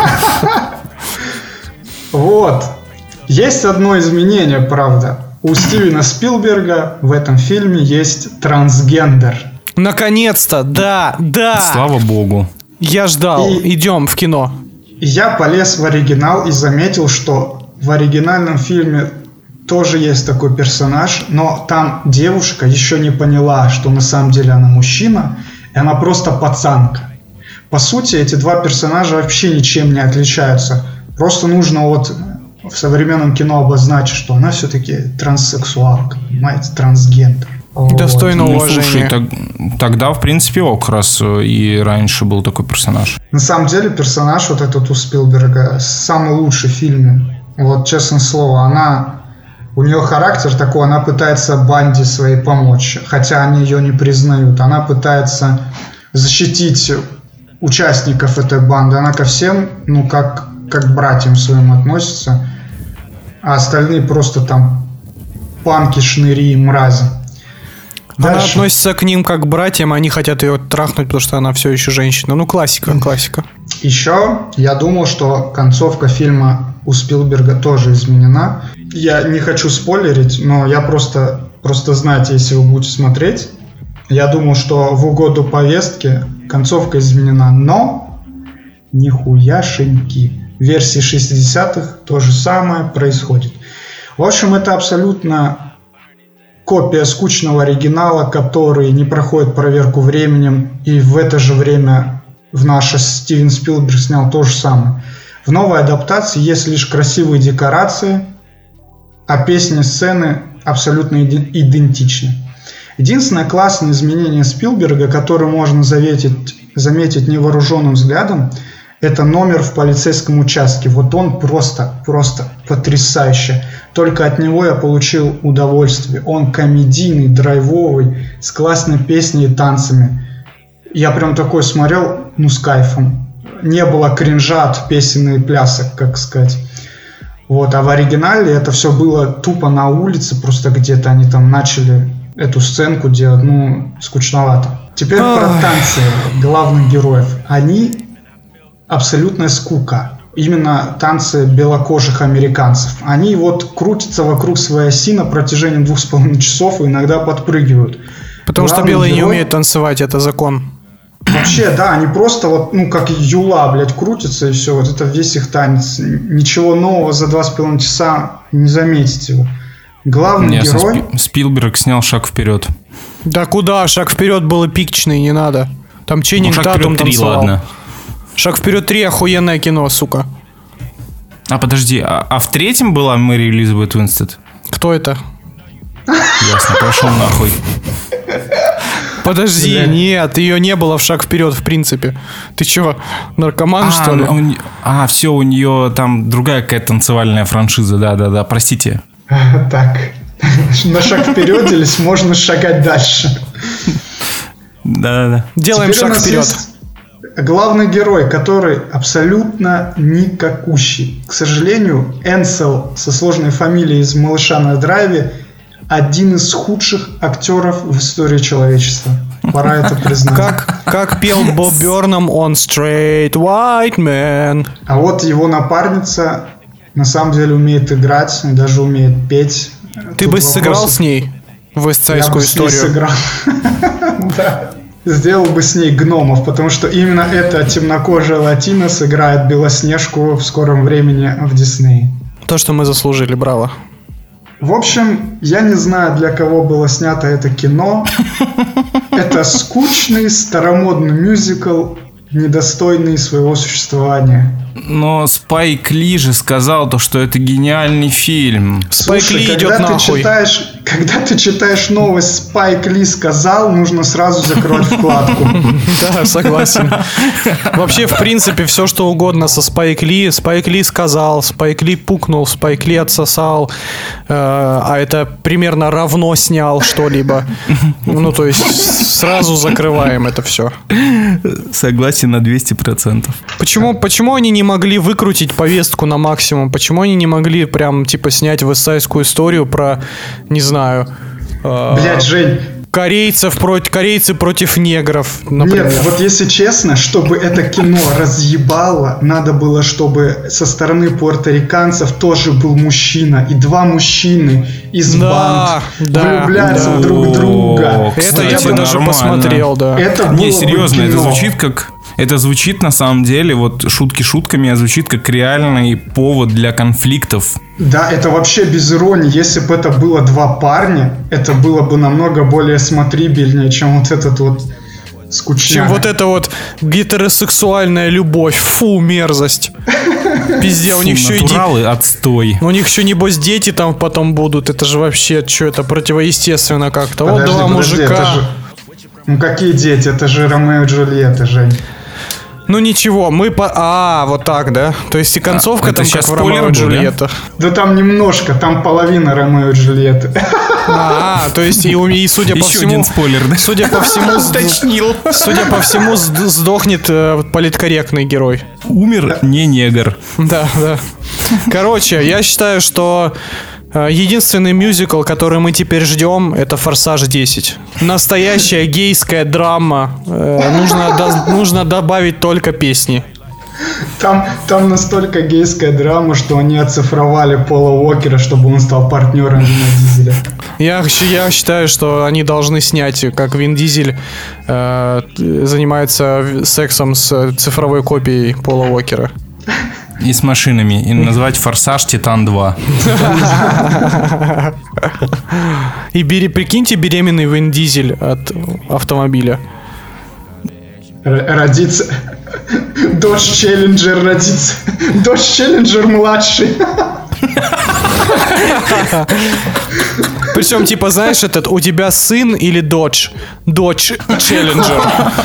Вот. Есть одно изменение, правда. У Стивена Спилберга в этом фильме есть трансгендер. Наконец-то, да, да. Слава богу. Я ждал. И- Идем в кино. Я полез в оригинал и заметил, что в оригинальном фильме тоже есть такой персонаж, но там девушка еще не поняла, что на самом деле она мужчина, и она просто пацанка. По сути, эти два персонажа вообще ничем не отличаются. Просто нужно вот в современном кино обозначить, что она все-таки транссексуалка, понимаете, трансгендер. Достойно Ну, уважения. слушай, так- тогда, в принципе, ок, раз э, и раньше был такой персонаж. На самом деле персонаж вот этот у Спилберга самый лучший в фильме. Вот, честное слово, она... У нее характер такой, она пытается банде своей помочь, хотя они ее не признают. Она пытается защитить участников этой банды. Она ко всем, ну, как, как к братьям своим относится. А остальные просто там панки, шныри и мрази. Она Дальше. относится к ним как к братьям, а они хотят ее трахнуть, потому что она все еще женщина. Ну, классика, классика. Еще я думал, что концовка фильма у Спилберга тоже изменена. Я не хочу спойлерить, но я просто, просто знаете, если вы будете смотреть, я думал, что в угоду повестке концовка изменена, но нихуяшеньки. В версии шестидесятых то же самое происходит. В общем, это абсолютно копия скучного оригинала, который не проходит проверку временем, и в это же время в наше Стивен Спилберг снял то же самое. В новой адаптации есть лишь красивые декорации, а песни и сцены абсолютно иди- идентичны. Единственное классное изменение Спилберга, которое можно заметить, заметить невооруженным взглядом, это номер в полицейском участке. Вот он просто, просто потрясающий. Только от него я получил удовольствие. Он комедийный, драйвовый, с классной песней и танцами. Я прям такой смотрел, ну, с кайфом. Не было кринжа от песен и плясок, как сказать. Вот, а в оригинале это все было тупо на улице, просто где-то они там начали эту сценку делать, ну, скучновато. Теперь про танцы главных героев. Они абсолютная скука. Именно танцы белокожих американцев. Они вот крутятся вокруг своей оси на протяжении двух с половиной часов и иногда подпрыгивают. Потому что Главный белые не герой- умеют танцевать, это закон. Вообще, да, они просто вот, ну, как юла, блядь, крутятся и все. Вот это весь их танец. Ничего нового за два с половиной часа не заметите его. Главный Ясно, герой... Спи- Спилберг снял шаг вперед. Да куда? Шаг вперед был эпичный, не надо. Там Ну, Ченнинг шаг Татум вперед три, танцевал. ладно. Шаг вперед три охуенное кино, сука. А подожди, а, а в третьем была Мэри Элизабет Уинстед? Кто это? Ясно, пошел нахуй. Подожди, Бля. нет, ее не было в «Шаг вперед» в принципе. Ты чё, наркоман, что ли? А, у не- а, все, у нее там другая какая-то танцевальная франшиза, да-да-да, простите. Так, на шаг вперед или можно шагать дальше? Да-да-да. Делаем Теперь у шаг нас вперед. есть главный герой, который абсолютно никакущий. К сожалению, Энсел со сложной фамилией из «Малыша на драйве» один из худших актеров в истории человечества. Пора это признать. Как, как пел Боб Бёрнам, он straight white man. А вот его напарница на самом деле умеет играть, даже умеет петь. Ты Тут бы сыграл вопросов- с ней в Я бы вестсайдскую с ней историю? сыграл. Да. Сделал бы с ней гномов, потому что именно эта темнокожая латина сыграет Белоснежку в скором времени в Диснее. То, что мы заслужили, браво. В общем, я не знаю, для кого было снято это кино. Это скучный, старомодный мюзикл, недостойный своего существования. Но Спайк Ли же сказал то, что это гениальный фильм. Спайк Слушай, Ли когда идет ты нахуй. читаешь, когда ты читаешь новость «Спайк Ли сказал», нужно сразу закрыть вкладку. Да, согласен. Вообще, в принципе, все что угодно со Спайк Ли. Спайк Ли сказал, Спайк Ли пукнул, Спайк Ли отсосал, э, а это примерно равно снял что-либо. Ну, то есть, сразу закрываем это все. Согласен на двести процентов. Почему, почему они не могли выкрутить повестку на максимум? Почему они не могли прям, типа, снять вестсайдскую историю про, не знаю... э, Блядь, Жень, корейцев против корейцы против негров, например. нет, вот если честно, чтобы это кино разъебало, надо было, чтобы со стороны пуэрториканцев тоже был мужчина. И два мужчины из Да, банд да, влюбляются да. в друг друга. Это я Кстати, бы даже нормально. посмотрел, да. Это было Не, бы серьезно, это кино. звучит как... Это звучит на самом деле, вот шутки шутками, а звучит как реальный повод для конфликтов. Да, это вообще без иронии. Если бы это было два парня, это было бы намного более смотрибельнее, чем вот этот вот скучняк. Чем вот эта вот гетеросексуальная любовь. Фу, мерзость. Пиздец, у них еще и де- Натуралы, отстой. у них еще небось дети там потом будут. Это же вообще, что это противоестественно как-то. Вот Подожди, два подожди, мужика. это же- Ну какие дети? Это же Ромео и Джульетта, Жень. Ну ничего, мы по... А, вот так, да? То есть и концовка это там как щас в Ромео и спойлер был, да? Джульетта. Да там немножко, там половина Ромео и Джульетты. А, то есть и, у- и судя по Еще всему... один спойлер, да? Судя по всему, Уточнил. судя по всему, сд- сдохнет э, политкорректный герой. Умер не негр. Да, да. Короче, я считаю, что э, единственный мюзикл, который мы теперь ждем, это «Форсаж десять». Настоящая гейская драма. Э, нужно, до- нужно добавить только песни. Там, там настолько гейская драма, что они оцифровали Пола Уокера, чтобы он стал партнером Вина Дизеля. Я, щ- я считаю, что они должны снять, как Вин Дизель э, занимается в- сексом с цифровой копией Пола Уокера. И с машинами. И назвать «Форсаж Титан два». И бери, прикиньте, беременный Вин Дизель от автомобиля. Р- родится... Додж Челленджер родится. Додж Челленджер младший. Причем, типа, знаешь, этот, у тебя сын или дочь? Дочь Челленджер.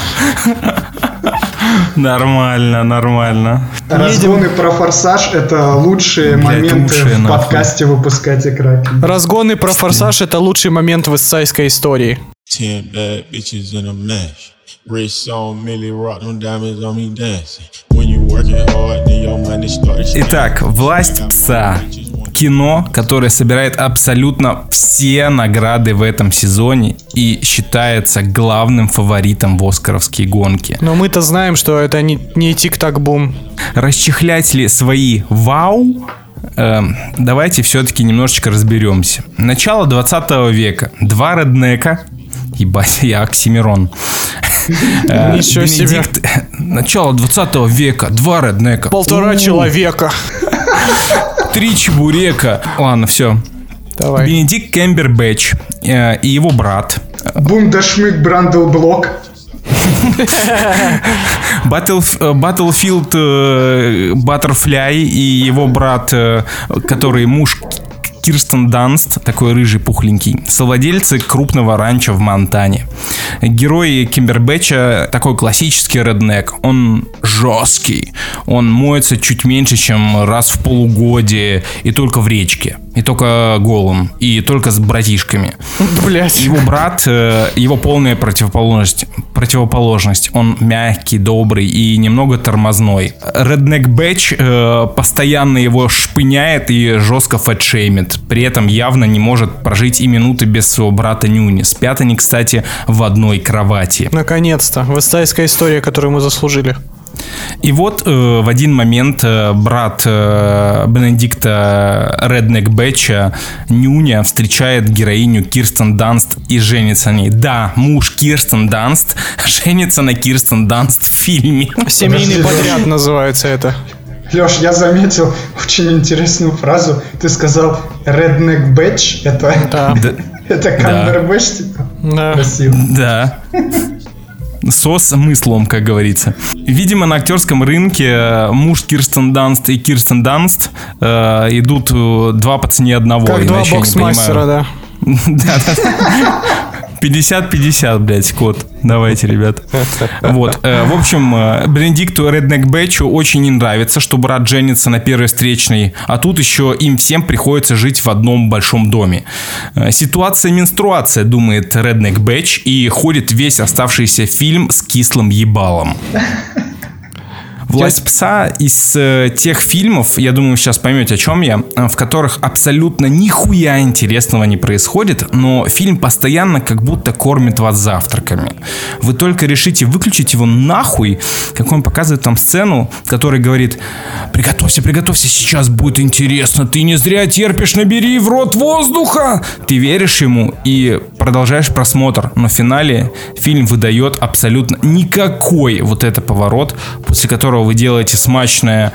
Нормально, нормально. Разгоны про «Форсаж» — это лучшие Блядь, моменты лучшие, в нахуй. подкасте «Выпускайте Кракен». Разгоны про форсаж — это лучший момент в вестсайдской истории. Ten bad bitches in a mash. Wrist on Millie rock, them diamonds on me dancing. When you working hard, then your money starts. Итак, «Власть пса». Кино, которое собирает абсолютно все награды в этом сезоне и считается главным фаворитом в оскаровские гонки. Но мы-то знаем, что это не, не тик-так-бум. Расчехлять ли свои вау? Эм, давайте все-таки немножечко разберемся. Начало двадцатого века. Два реднека. Ебать, я Оксимирон. Э, Ничего себе. Бенедикт- Начало двадцатого века. Два реднека. Полтора У-у-у. человека. Три чебурека. Ладно, все. Давай. Бенедикт Кэмбербэтч э, и его брат. Бундашмик Брандлблок. Battlefield, Battlefield э, Butterfly и его брат, э, который муж Кирстен Данст, такой рыжий пухленький, совладельцы крупного ранчо в Монтане. Герой Камбербэтча такой классический реднек. Он жесткий, он моется чуть меньше, чем раз в полугодие, и только в речке, и только голым, и только с братишками. Блять. Его брат, его полная противоположность, противоположность. Он мягкий, добрый и немного тормозной. Реднек Бэтч э, постоянно его шпыняет и жестко фэтшеймит. При этом явно не может прожить и минуты без своего брата Нюни. Спят они, кстати, в одной кровати. Наконец-то. Вестсайдская история, которую мы заслужили. И вот э, в один момент э, брат э, Бенедикта Реднек Бэтча, Нюня, встречает героиню Кирстен Данст и женится на ней. Да, муж Кирстен Данст женится на Кирстен Данст в фильме. Семейный Подожди, подряд Леш. называется это. Леш, я заметил очень интересную фразу. Ты сказал Redneck Batch. Это, Да. это Камбербэтч, типа? Да. Красиво. Да. Со смыслом, как говорится. Видимо, на актерском рынке муж Кирстен Данст и Кирстен Данст э, идут два по цене одного. Как два иначе я не боксмастера, понимаю. да. Да, да. пятьдесят пятьдесят, блядь, код. Давайте, ребят. Вот. э, В общем, э, Бенедикту Реднек Бэтчу очень не нравится, что брат женится на первой встречной, а тут еще им всем приходится жить в одном большом доме. Э, Ситуация менструация, думает Реднек Бэтч, и ходит весь оставшийся фильм с кислым ебалом. «Власть пса» из э, тех фильмов, я думаю, сейчас поймете, о чем я, э, в которых абсолютно нихуя интересного не происходит, но фильм постоянно как будто кормит вас завтраками. Вы только решите выключить его нахуй, как он показывает там сцену, которая говорит: «Приготовься, приготовься, сейчас будет интересно, ты не зря терпишь, набери в рот воздуха!» Ты веришь ему и продолжаешь просмотр, но в финале фильм выдает абсолютно никакой вот это поворот, после которого вы делаете смачное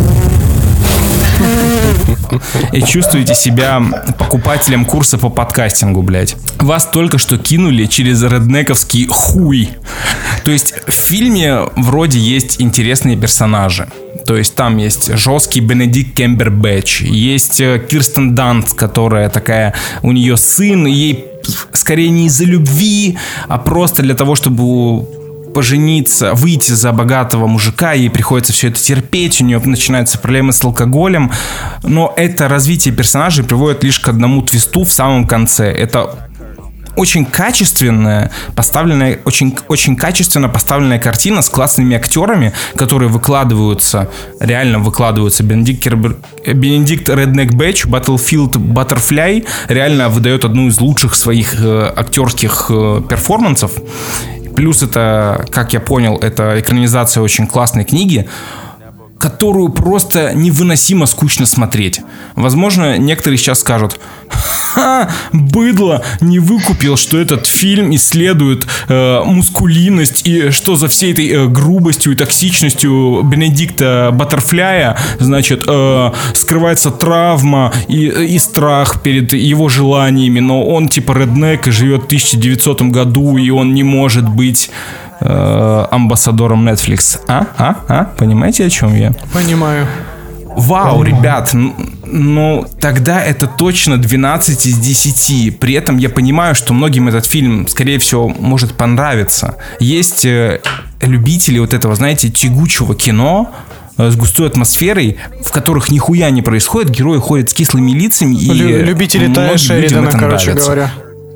и чувствуете себя покупателем курса по подкастингу, блядь. Вас только что кинули через реднековский хуй. То есть в фильме вроде есть интересные персонажи. То есть там есть жесткий Бенедикт Камбербэтч, есть Кирстен Данст, которая такая, у нее сын, и ей скорее не из-за любви, а просто для того, чтобы пожениться, выйти за богатого мужика, ей приходится все это терпеть, у нее начинаются проблемы с алкоголем, но это развитие персонажей приводит лишь к одному твисту в самом конце. Это очень качественная, поставленная, очень, очень качественно поставленная картина с классными актерами, которые выкладываются, реально выкладываются. Бенедикт, Кербер, Бенедикт Реднек Бэтч, Battlefield Butterfly реально выдает одну из лучших своих э, актерских э, перформансов. Плюс это, как я понял, это экранизация очень классной книги, которую просто невыносимо скучно смотреть. Возможно, некоторые сейчас скажут: «Ха, быдло не выкупил, что этот фильм исследует э, мускулинность и что за всей этой э, грубостью и токсичностью Бенедикта Баттерфляя, значит, э, скрывается травма и, и страх перед его желаниями, но он типа реднек и живет в тысяча девятисотом году, и он не может быть э, амбассадором Netflix». А? А? А? Понимаете, о чем я? Понимаю. Вау, ребят, ну тогда это точно двенадцать из десяти. При этом я понимаю, что многим этот фильм, скорее всего, может понравиться. Есть э, любители вот этого, знаете, тягучего кино э, с густой атмосферой, в которых нихуя не происходит, герои ходят с кислыми лицами, и Лю- любители Тая Шеридана, короче нравится. говоря.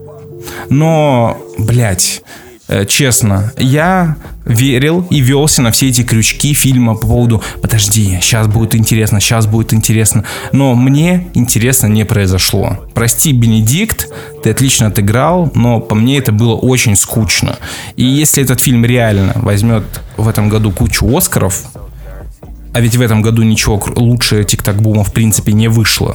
Но, блядь, честно, я верил и велся на все эти крючки фильма по поводу: подожди, сейчас будет интересно, сейчас будет интересно. Но мне интересно не произошло. Прости, Бенедикт, ты отлично отыграл, но по мне это было очень скучно. И если этот фильм реально возьмет в этом году кучу Оскаров, а ведь в этом году ничего лучше Тик-Так-Бума в принципе не вышло,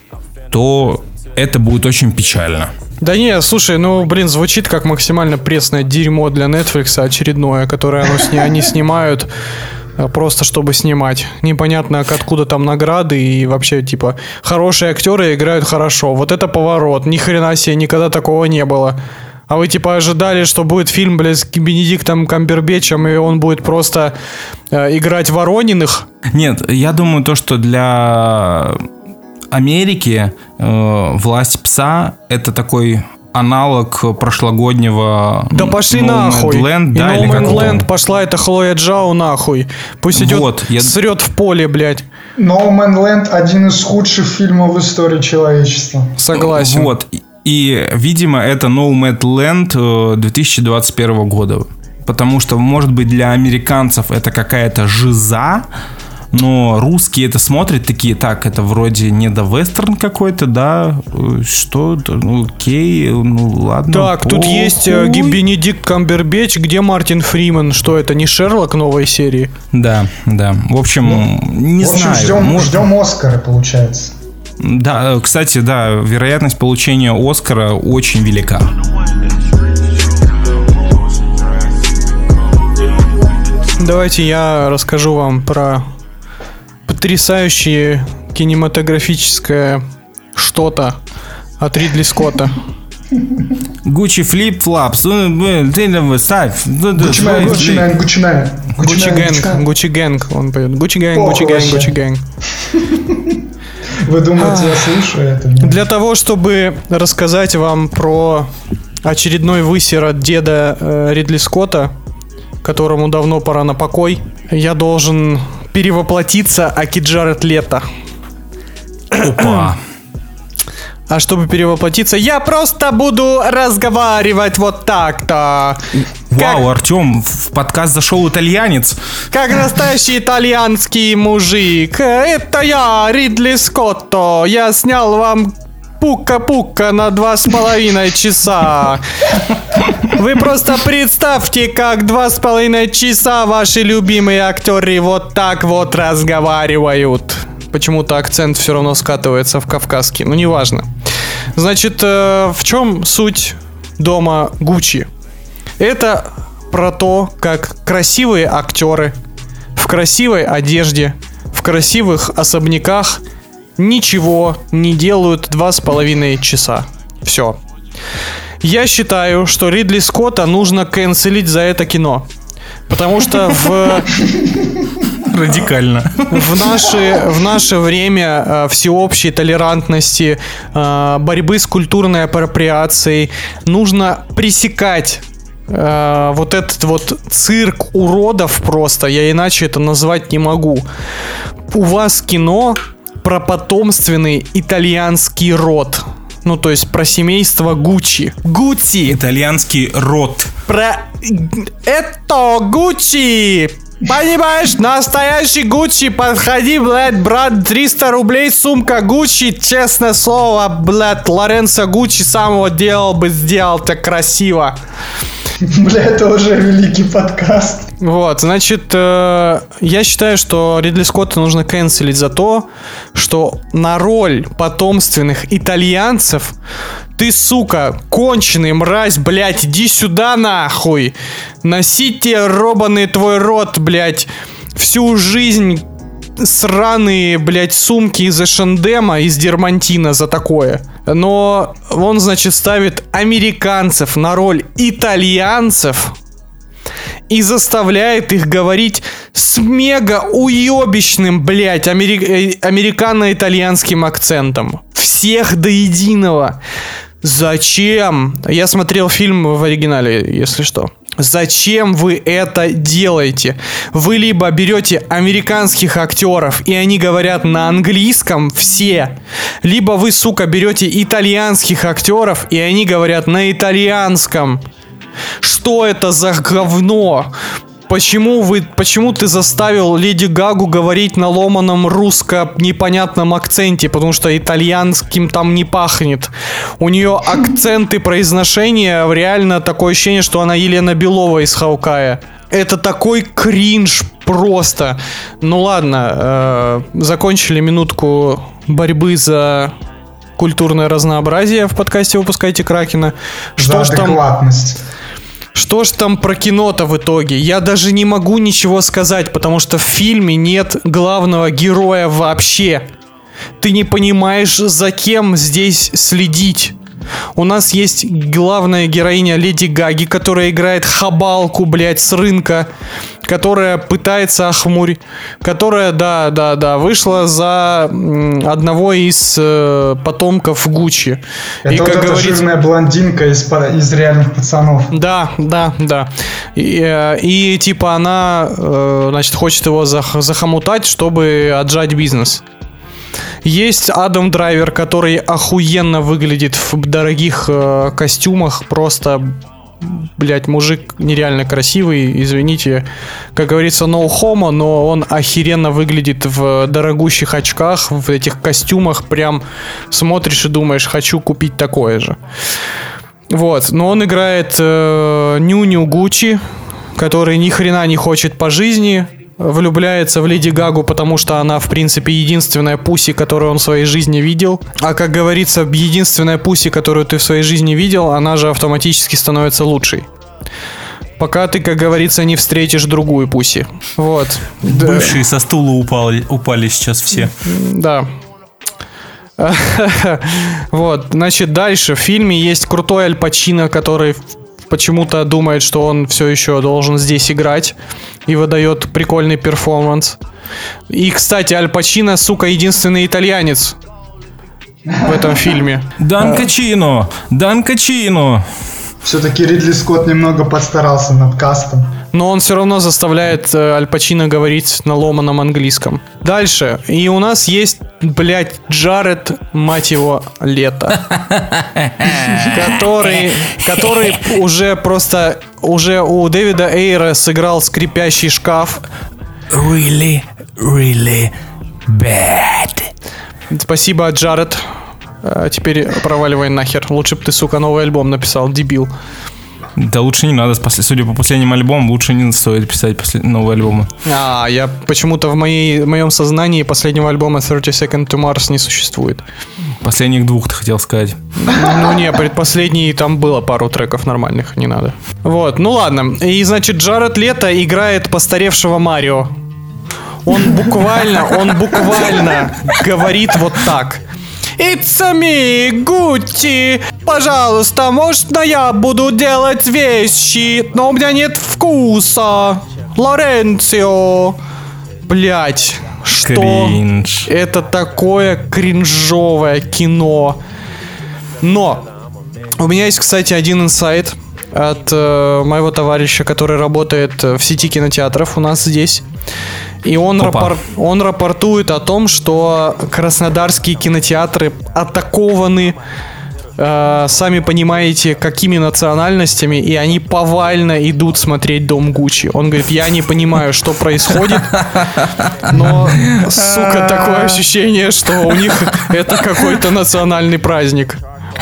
то это будет очень печально. Да не, слушай, ну, блин, звучит как максимально пресное дерьмо для Netflix очередное, которое оно сни- они снимают просто чтобы снимать. Непонятно, откуда там награды, и вообще, типа, хорошие актеры играют хорошо. Вот это поворот, ни хрена себе, никогда такого не было. А вы, типа, ожидали, что будет фильм, блядь, с Бенедиктом Камбербэтчем, и он будет просто э, играть Ворониных? Нет, я думаю, то, что для Америке э, «Власть пса» — это такой аналог прошлогоднего Да пошли No нахуй. Man's Land, И да, No или как Man's его? Land пошла эта Хлоя Джао нахуй. Пусть идет, Вот, я- срет в поле, блядь. No Man's Land один из худших фильмов в истории человечества. Согласен. Вот. И, видимо, это No Man's Land э, две тысячи двадцать первого года. Потому что, может быть, для американцев это какая-то жиза, но русские это смотрят такие: так, это вроде недовестерн какой-то, да? Э, Что? Ну, окей, ну ладно. Так, тут похуй. есть э, Ги- Бенедикт Камбербэтч, где Мартин Фриман? Что это, не Шерлок новой серии? Да, да. В общем, не В общем, знаю. ждем, может- ждем Оскара, получается. Да, э, кстати, да, вероятность получения Оскара очень велика. Давайте я расскажу вам про потрясающее кинематографическое что-то от Ридли Скотта. Гуччи флип-флапс. Ты нам ставь. Гуччи Мэн, Гуччи Мэн, Гуччи Мэн. Гуччи Мэн, Гэнг, Гуччи Гэнг, он поет. Гуччи Гэнг, Похуй Гуччи Гэнг, вообще. Гуччи Гэнг. Вы думаете, я слышу это? Нет? Для того, чтобы рассказать вам про очередной высер от деда э, Ридли Скотта, которому давно пора на покой, я должен перевоплотиться Аки Джаред Лето. Опа. А чтобы перевоплотиться, я просто буду разговаривать вот так-то. Вау, Артем, в подкаст зашел итальянец. Как настоящий итальянский мужик. Это я, Ридли Скотто. Я снял вам пука-пука на два с половиной часа. Вы просто представьте, как два с половиной часа ваши любимые актеры вот так вот разговаривают. Почему-то акцент все равно скатывается в кавказский. Ну, неважно. Значит, э, в чем суть дома Гуччи? Это про то, как красивые актеры в красивой одежде, в красивых особняках ничего не делают два с половиной часа. Все. Я считаю, что Ридли Скотта нужно канцелить за это кино. Потому что в... Радикально. В наше, в наше время э, всеобщей толерантности, э, борьбы с культурной апроприацией нужно пресекать э, вот этот вот цирк уродов просто. Я иначе это назвать не могу. У вас кино про потомственный итальянский род. Ну, то есть про семейство Гуччи. Гуччи! Итальянский род. Про... Это Гуччи! Понимаешь, настоящий Гуччи, подходи, блядь, брат, триста рублей, сумка Гуччи, честное слово, блядь, Лоренцо Гуччи сам его делал бы, сделал так красиво. Бля, это уже великий подкаст. Вот, значит, э, я считаю, что Ридли Скотта нужно канцелить за то, что на роль потомственных итальянцев ты, сука, конченый мразь, блядь, иди сюда нахуй. Носите робаный твой рот, блядь, всю жизнь сраные, блядь, сумки из Эшендема, из Дермантина за такое. Но он, значит, ставит американцев на роль итальянцев и заставляет их говорить с мега уебищным, блядь, амери- американо-итальянским акцентом. Всех до единого. Зачем? Я смотрел фильм в оригинале, если что. Зачем вы это делаете? Вы либо берете американских актеров, и они говорят на английском все, либо вы, сука, берете итальянских актеров, и они говорят на итальянском. Что это за говно? Почему вы, почему ты заставил Леди Гагу говорить на ломаном русско-непонятном акценте? Потому что итальянским там не пахнет. У нее акценты произношения, реально такое ощущение, что она Елена Белова из Хаукая. Это такой кринж просто. Ну ладно, э, закончили минутку борьбы за культурное разнообразие в подкасте «Выпускайте Кракена». Что ж За там... адекватность. Что ж там про кино-то в итоге? Я даже не могу ничего сказать, потому что в фильме нет главного героя вообще. Ты не понимаешь, за кем здесь следить. У нас есть главная героиня Леди Гаги, которая играет хабалку, блядь, с рынка. которая пытается охмурить, которая, да, да, да, вышла за одного из э, потомков Гуччи. Это и, вот как эта говорится, жирная блондинка из, из реальных пацанов. Да, да, да. И, э, и типа она, э, значит, хочет его зах- захомутать, чтобы отжать бизнес. Есть Адам Драйвер, который охуенно выглядит в дорогих э, костюмах, просто, блять, мужик нереально красивый, извините, как говорится, no homo, но он охеренно выглядит в дорогущих очках, в этих костюмах, прям смотришь и думаешь, хочу купить такое же. Вот, но он играет э, Нюню Гуччи, который ни хрена не хочет по жизни, влюбляется в Леди Гагу, потому что она, в принципе, единственная пуси, которую он в своей жизни видел. А, как говорится, единственная пуси, которую ты в своей жизни видел, она же автоматически становится лучшей. Пока ты, как говорится, не встретишь другую пуси. Вот. Бывшие со стула упали, упали сейчас все. Да. Вот, значит, дальше в фильме есть крутой Аль Пачино, который почему-то думает, что он все еще должен здесь играть и выдает прикольный перформанс. И, кстати, Аль Пачино, сука, единственный итальянец в этом фильме. Дан Качино! Дан Качино! Все-таки Ридли Скотт немного подстарался над кастом. Но он все равно заставляет э, Аль Пачино говорить на ломаном английском. Дальше. И у нас есть, блядь, Джаред, мать его, Лето. Который, который уже просто, уже у Дэвида Эйра сыграл скрипящий шкаф. Really, really bad. Спасибо, Джаред. А теперь проваливай нахер. Лучше бы ты, сука, новый альбом написал, дебил. Да лучше не надо, судя по последним альбомам, лучше не стоит писать после... новые альбомы. А, я почему-то в, моей, в моем сознании последнего альбома thirty Seconds to Mars не существует. Последних двух, ты хотел сказать. Ну не, предпоследний, там было пару треков нормальных, не надо. Вот, ну ладно. И, значит, Джаред Лето играет постаревшего Марио. Он буквально, он буквально говорит вот так. It's me, Гуччи. Пожалуйста, можно я буду делать вещи, но у меня нет вкуса. Лоренцио. Блять, что Кринж. это такое кринжовое кино. Но у меня есть, кстати, один инсайт от э, моего товарища, который работает в сети кинотеатров у нас здесь. И он, рапор... он рапортует о том, что краснодарские кинотеатры атакованы, э, сами понимаете, какими национальностями, и они повально идут смотреть «Дом Гуччи». Он говорит, я не понимаю, что происходит, но, сука, такое ощущение, что у них это какой-то национальный праздник.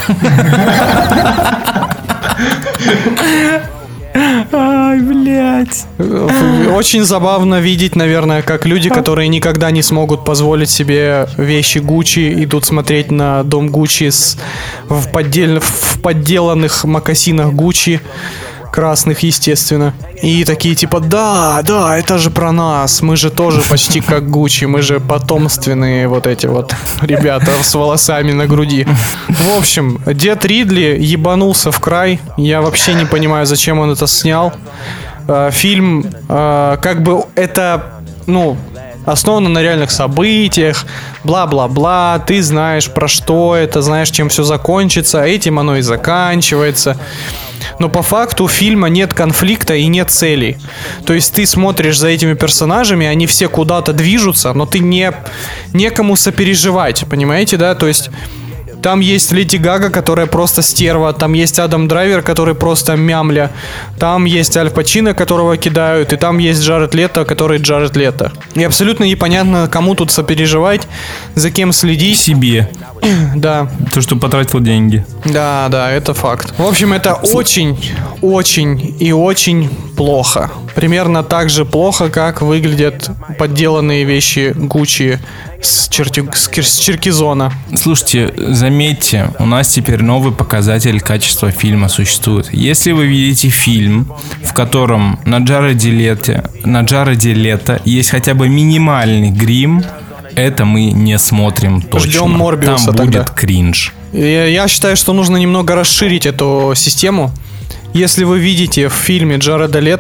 Ай, блядь. Очень забавно видеть, наверное, как люди, которые никогда не смогут позволить себе вещи Гуччи, идут смотреть на дом Гуччи с, в, поддел, в подделанных мокасинах Гуччи, красных, естественно. И такие типа, да, да, это же про нас, мы же тоже почти как Гуччи, мы же потомственные вот эти вот ребята с волосами на груди. В общем, дед Ридли ебанулся в край, я вообще не понимаю, зачем он это снял. Фильм, как бы это, ну, основано на реальных событиях, бла-бла-бла, ты знаешь про что это, знаешь, чем все закончится, этим оно и заканчивается. Но по факту у фильма нет конфликта и нет целей. То есть ты смотришь за этими персонажами, они все куда-то движутся, но ты не некому сопереживать, понимаете, да? То есть там есть Леди Гага, которая просто стерва, там есть Адам Драйвер, который просто мямля, там есть Аль Пачино, которого кидают, и там есть Джаред Лето, который Джаред Лето. И абсолютно непонятно, кому тут сопереживать, за кем следить. Себе. Да. То, что потратил деньги. Да, да, это факт. В общем, это очень, очень и очень плохо. Примерно так же плохо, как выглядят подделанные вещи Гуччи с, черти... с Черкизона. Слушайте, заметьте, у нас теперь новый показатель качества фильма существует. Если вы видите фильм, в котором на Джареде Лето, на Джареде Лето есть хотя бы минимальный грим, это мы не смотрим точно. Ждем Морбиуса. Там тогда будет кринж. Я считаю, что нужно немного расширить эту систему. Если вы видите в фильме Джареда Лето,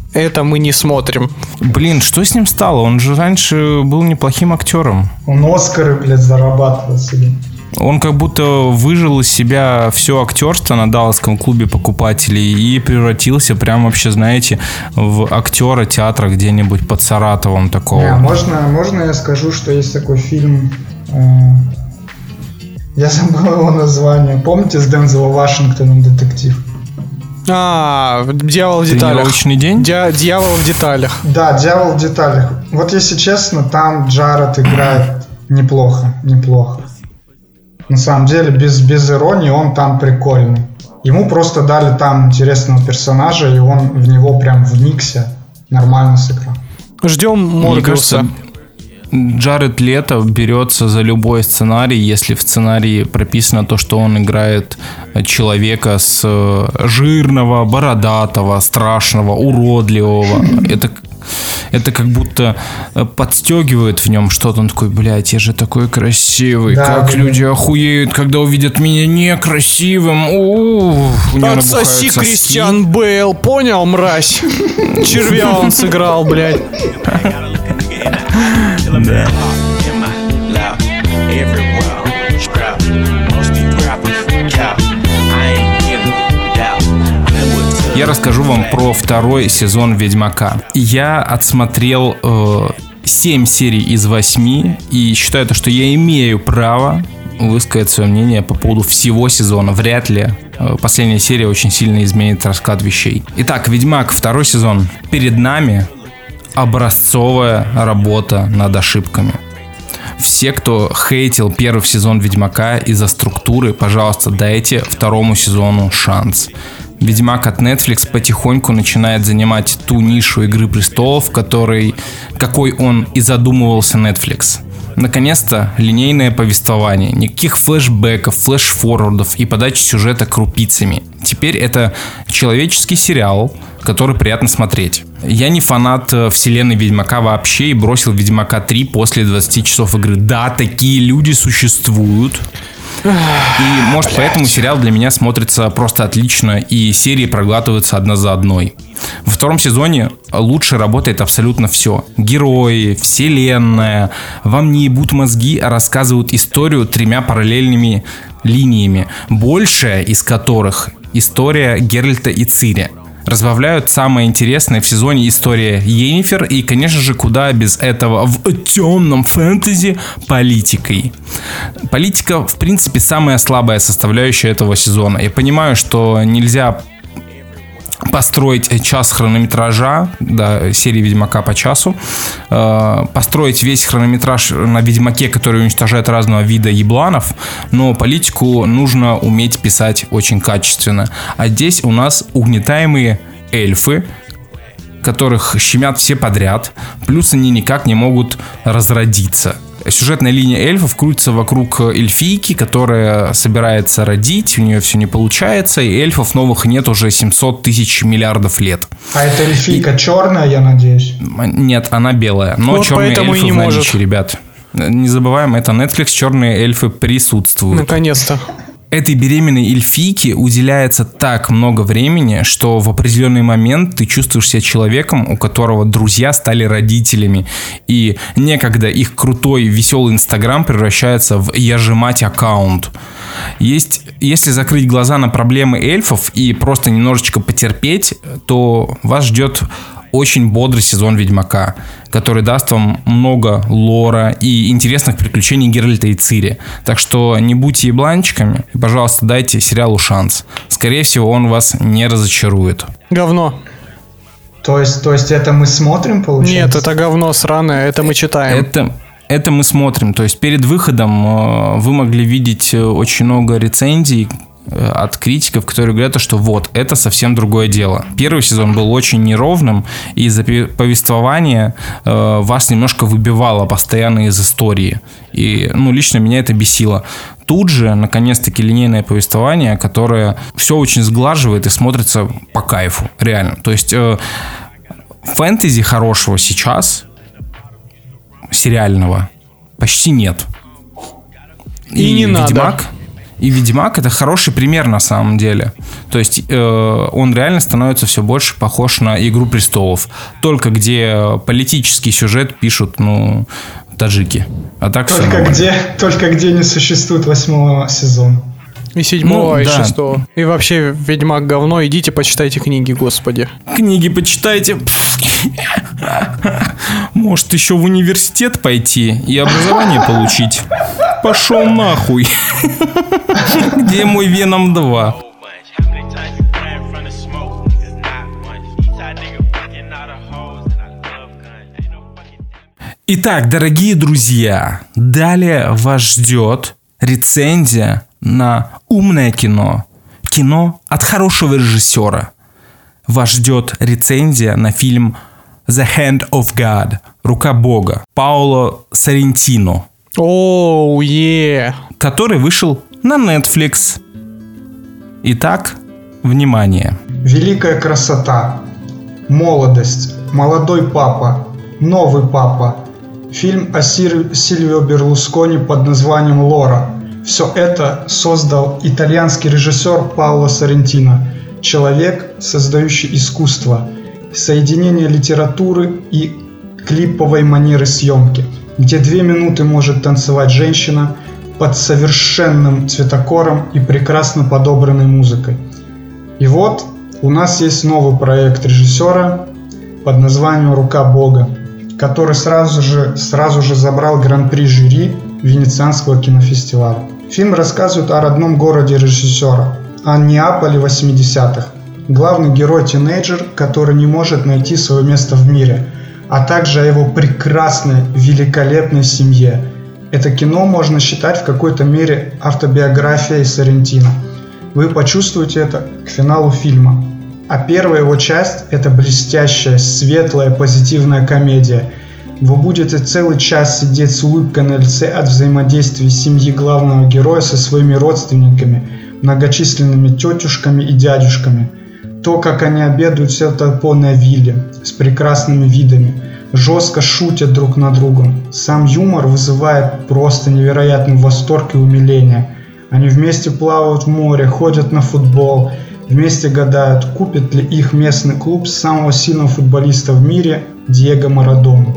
это мы не смотрим. Блин, что с ним стало? Он же раньше был неплохим актером. Он Оскары, блядь, зарабатывал себе. Он как будто выжил из себя все актерство на Далласском клубе покупателей и превратился прям вообще, знаете, в актера театра где-нибудь под Саратовом такого. Не, можно, можно я скажу, что есть такой фильм, э, я забыл его название. Помните, с Дензелом Вашингтоном детектив? А, дьявол в деталях. Тренировочный день? Дя- дьявол в деталях. Да, «Дьявол в деталях». Вот если честно, там Джаред играет неплохо, неплохо. На самом деле, без, без иронии, он там прикольный. Ему просто дали там интересного персонажа, и он в него прям вникся, нормально сыграл. Ждем Морбиуса. Джаред Лето берется за любой сценарий, если в сценарии прописано то, что он играет человека с жирного, бородатого, страшного, уродливого. Это, это как будто подстегивает в нем что-то. Он такой, блядь, я же такой красивый. Да, как блин. люди охуеют, когда увидят меня некрасивым. У-у-у. У него Отсоси, набухают соски. Кристиан Бейл, понял, мразь? Червя он сыграл, блядь. Да. Я расскажу вам про второй сезон «Ведьмака». Я отсмотрел э, семь серий из восьми и считаю, то, что я имею право высказать свое мнение по поводу всего сезона. Вряд ли э, последняя серия очень сильно изменит расклад вещей. Итак, «Ведьмак», второй сезон. Перед нами образцовая работа над ошибками. Все, кто хейтил первый сезон «Ведьмака» из-за структуры, пожалуйста, дайте второму сезону шанс. «Ведьмак» от Netflix потихоньку начинает занимать ту нишу «Игры престолов», который, какой он и задумывался Netflix. Наконец-то линейное повествование, никаких флешбеков, флешфорвардов и подачи сюжета крупицами. Теперь это человеческий сериал, который приятно смотреть. Я не фанат вселенной Ведьмака вообще и бросил Ведьмака три после двадцати часов игры. Да, такие люди существуют. И, может, поэтому сериал для меня смотрится просто отлично, и серии проглатываются одна за одной. Во втором сезоне лучше работает абсолютно все. Герои, вселенная, вам не ебут мозги, а рассказывают историю тремя параллельными линиями, большая из которых история Геральта и Цири. Разбавляют самое интересное в сезоне история Йеннифер и, конечно же, куда без этого в темном фэнтези политикой. Политика, в принципе, самая слабая составляющая этого сезона. Я понимаю, что нельзя построить час хронометража, да, серии Ведьмака по часу, э, построить весь хронометраж на Ведьмаке, который уничтожает разного вида ебланов, но политику нужно уметь писать очень качественно. А здесь у нас угнетаемые эльфы, которых щемят все подряд, плюс они никак не могут разродиться. Сюжетная линия эльфов крутится вокруг эльфийки, которая собирается родить, у нее все не получается, и эльфов новых нет уже семьсот тысяч миллиардов лет. А эта эльфийка и... черная, я надеюсь? Нет, она белая, но вот черные эльфы не в наличии, может. ребят. Не забываем, это Netflix, черные эльфы присутствуют. Наконец-то. Этой беременной эльфийке уделяется так много времени, что в определенный момент ты чувствуешь себя человеком, у которого друзья стали родителями, и некогда их крутой, веселый Инстаграм превращается в «я же мать» аккаунт. Есть, если закрыть глаза на проблемы эльфов и просто немножечко потерпеть, то вас ждет очень бодрый сезон Ведьмака, который даст вам много лора и интересных приключений Геральта и Цири. Так что не будьте ебланчиками и, пожалуйста, дайте сериалу шанс. Скорее всего, он вас не разочарует. Говно. То есть, то есть это мы смотрим, получается? Нет, это говно сраное, это мы читаем. Это, это мы смотрим. То есть перед выходом э, вы могли видеть очень много рецензий от критиков, которые говорят, что вот, это совсем другое дело. Первый сезон был очень неровным, и из-за повествования э, вас немножко выбивало постоянно из истории. И, ну, лично меня это бесило. Тут же, наконец-таки, линейное повествование, которое все очень сглаживает и смотрится по кайфу, реально. То есть э, фэнтези хорошего сейчас, сериального, почти нет. И, и не Ведьмак, надо. И «Ведьмак» — это хороший пример на самом деле. То есть э, он реально становится все больше похож на «Игру престолов». Только где политический сюжет пишут, ну, таджики. А так все Только где, только где не существует восьмого сезона. И седьмого, Ну, и да. шестого. И вообще, «Ведьмак» говно, идите почитайте книги, господи. Книги почитайте. Может, еще в университет пойти и образование получить. Пошел нахуй. Где мой Веном два? Итак, дорогие друзья, далее вас ждет рецензия на умное кино. Кино от хорошего режиссера. Вас ждет рецензия на фильм The Hand of God, Рука Бога, Паоло Соррентино, Оу, е. который вышел на Netflix. Итак, внимание. Великая красота, молодость, молодой папа, новый папа. Фильм о Сир- Сильвио Берлускони под названием «Лора». Все это создал итальянский режиссер Паоло Соррентино, человек, создающий искусство, соединение литературы и клиповой манеры съемки, где две минуты может танцевать женщина под совершенным цветокором и прекрасно подобранной музыкой. И вот у нас есть новый проект режиссера под названием «Рука Бога», который сразу же, сразу же забрал гран-при жюри Венецианского кинофестиваля. Фильм рассказывает о родном городе режиссера, о Неаполе восьмидесятых. Главный герой тинейджер, который не может найти свое место в мире, а также о его прекрасной, великолепной семье. Это кино можно считать в какой-то мере автобиографией Соррентино. Вы почувствуете это к финалу фильма. А первая его часть – это блестящая, светлая, позитивная комедия. Вы будете целый час сидеть с улыбкой на лице от взаимодействия семьи главного героя со своими родственниками, многочисленными тетушками и дядюшками. То, как они обедают все толпой на вилле, с прекрасными видами, жестко шутят друг над другом. Сам юмор вызывает просто невероятный восторг и умиление. Они вместе плавают в море, ходят на футбол, вместе гадают, купит ли их местный клуб самого сильного футболиста в мире Диего Марадону.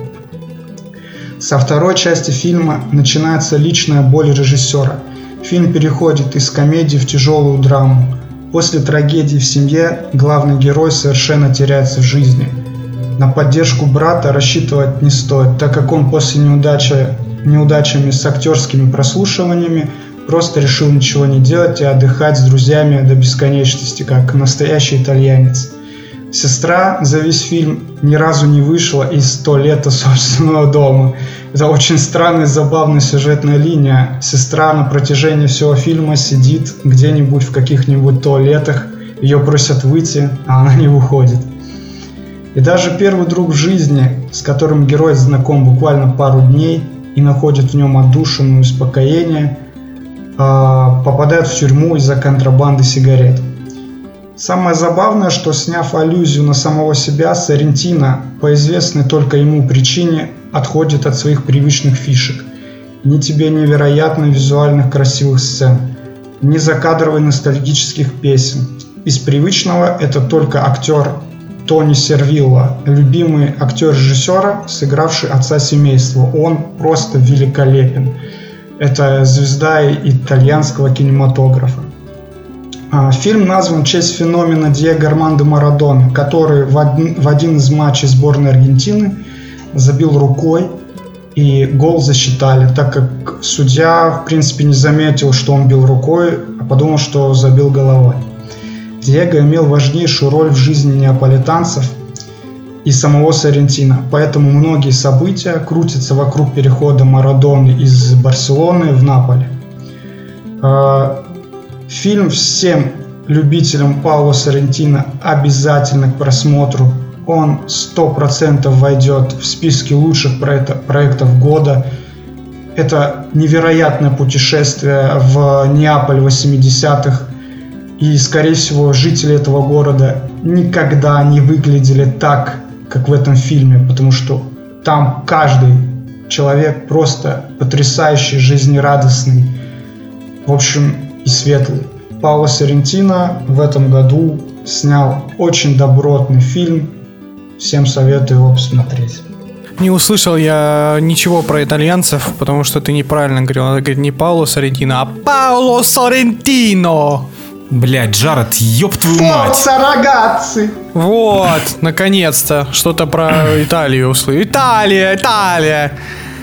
Со второй части фильма начинается личная боль режиссера. Фильм переходит из комедии в тяжелую драму. После трагедии в семье главный герой совершенно теряется в жизни. На поддержку брата рассчитывать не стоит, так как он после неудачи, неудачами с актерскими прослушиваниями просто решил ничего не делать и отдыхать с друзьями до бесконечности, как настоящий итальянец. Сестра за весь фильм ни разу не вышла из туалета собственного дома. Это очень странная и забавная сюжетная линия. Сестра на протяжении всего фильма сидит где-нибудь в каких-нибудь туалетах, ее просят выйти, а она не выходит. И даже первый друг в жизни, с которым герой знаком буквально пару дней и находит в нем отдушину и успокоение, попадает в тюрьму из-за контрабанды сигарет. Самое забавное, что, сняв аллюзию на самого себя, Соррентино, по известной только ему причине, отходит от своих привычных фишек. Ни тебе невероятно визуальных красивых сцен, ни закадровых ностальгических песен. Из привычного это только актер Тони Сервилла, любимый актер режиссера, сыгравший отца семейства. Он просто великолепен. Это звезда итальянского кинематографа. Фильм назван в честь феномена Диего Армандо Марадоны, который в один, в один из матчей сборной Аргентины забил рукой и гол засчитали, так как судья в принципе не заметил, что он бил рукой, а подумал, что забил головой. Диего имел важнейшую роль в жизни неаполитанцев и самого Соррентино, поэтому многие события крутятся вокруг перехода Марадоны из Барселоны в Наполе. Фильм всем любителям Паоло Соррентино обязательно к просмотру. Он сто процентов войдет в списки лучших проектов года. Это невероятное путешествие в Неаполь восьмидесятых. И, скорее всего, жители этого города никогда не выглядели так, как в этом фильме, потому что там каждый человек просто потрясающий, жизнерадостный. В общем, и светлый. Паоло Соррентино в этом году снял очень добротный фильм. Всем советую его посмотреть. Не услышал я ничего про итальянцев, потому что ты неправильно говорил. Надо говорить не Паоло Соррентино, а Паоло Соррентино. Блядь, Джаред, ёб твою мать. Форца рагацци! Вот, наконец-то, что-то про Италию услышал. Италия, Италия.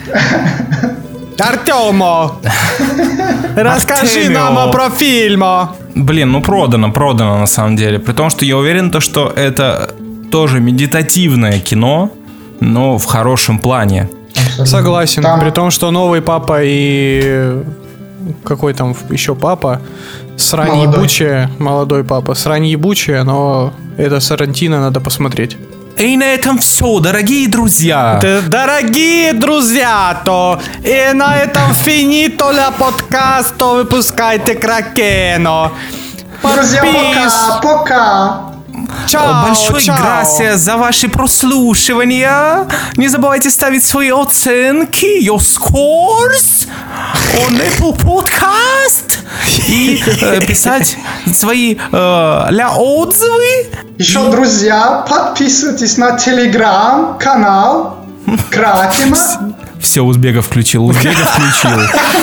Артёмо, расскажи Артемио. нам про фильм. Блин, ну продано, продано на самом деле. При том, что я уверен, то, что это тоже медитативное кино, но в хорошем плане. Абсолютно. Согласен, Там- при том, что новый папа и какой там еще папа, срань Молодой. ебучая, молодой папа, срань ебучая, но это Соррентино надо посмотреть. И на этом все, дорогие друзья. Д- Дорогие друзья, то и на этом finito la подкасто, выпускайте Кракено. Друзья, пока, пока! Чао, Большое чао. грация за ваши прослушивания. Не забывайте ставить свои оценки, your scores on Apple Podcast и э, писать свои э, ля отзывы. Еще, друзья, подписывайтесь на телеграм-канал Кракена. Все, Узбека включил, Узбека включил.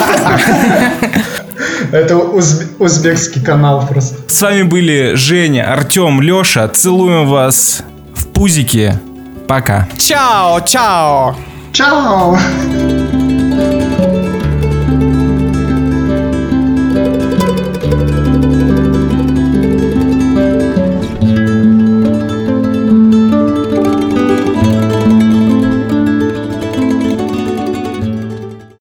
Это узб- узбекский канал просто. С вами были Женя, Артем, Леша. Целуем вас в пузике. Пока. Чао, чао. Чао!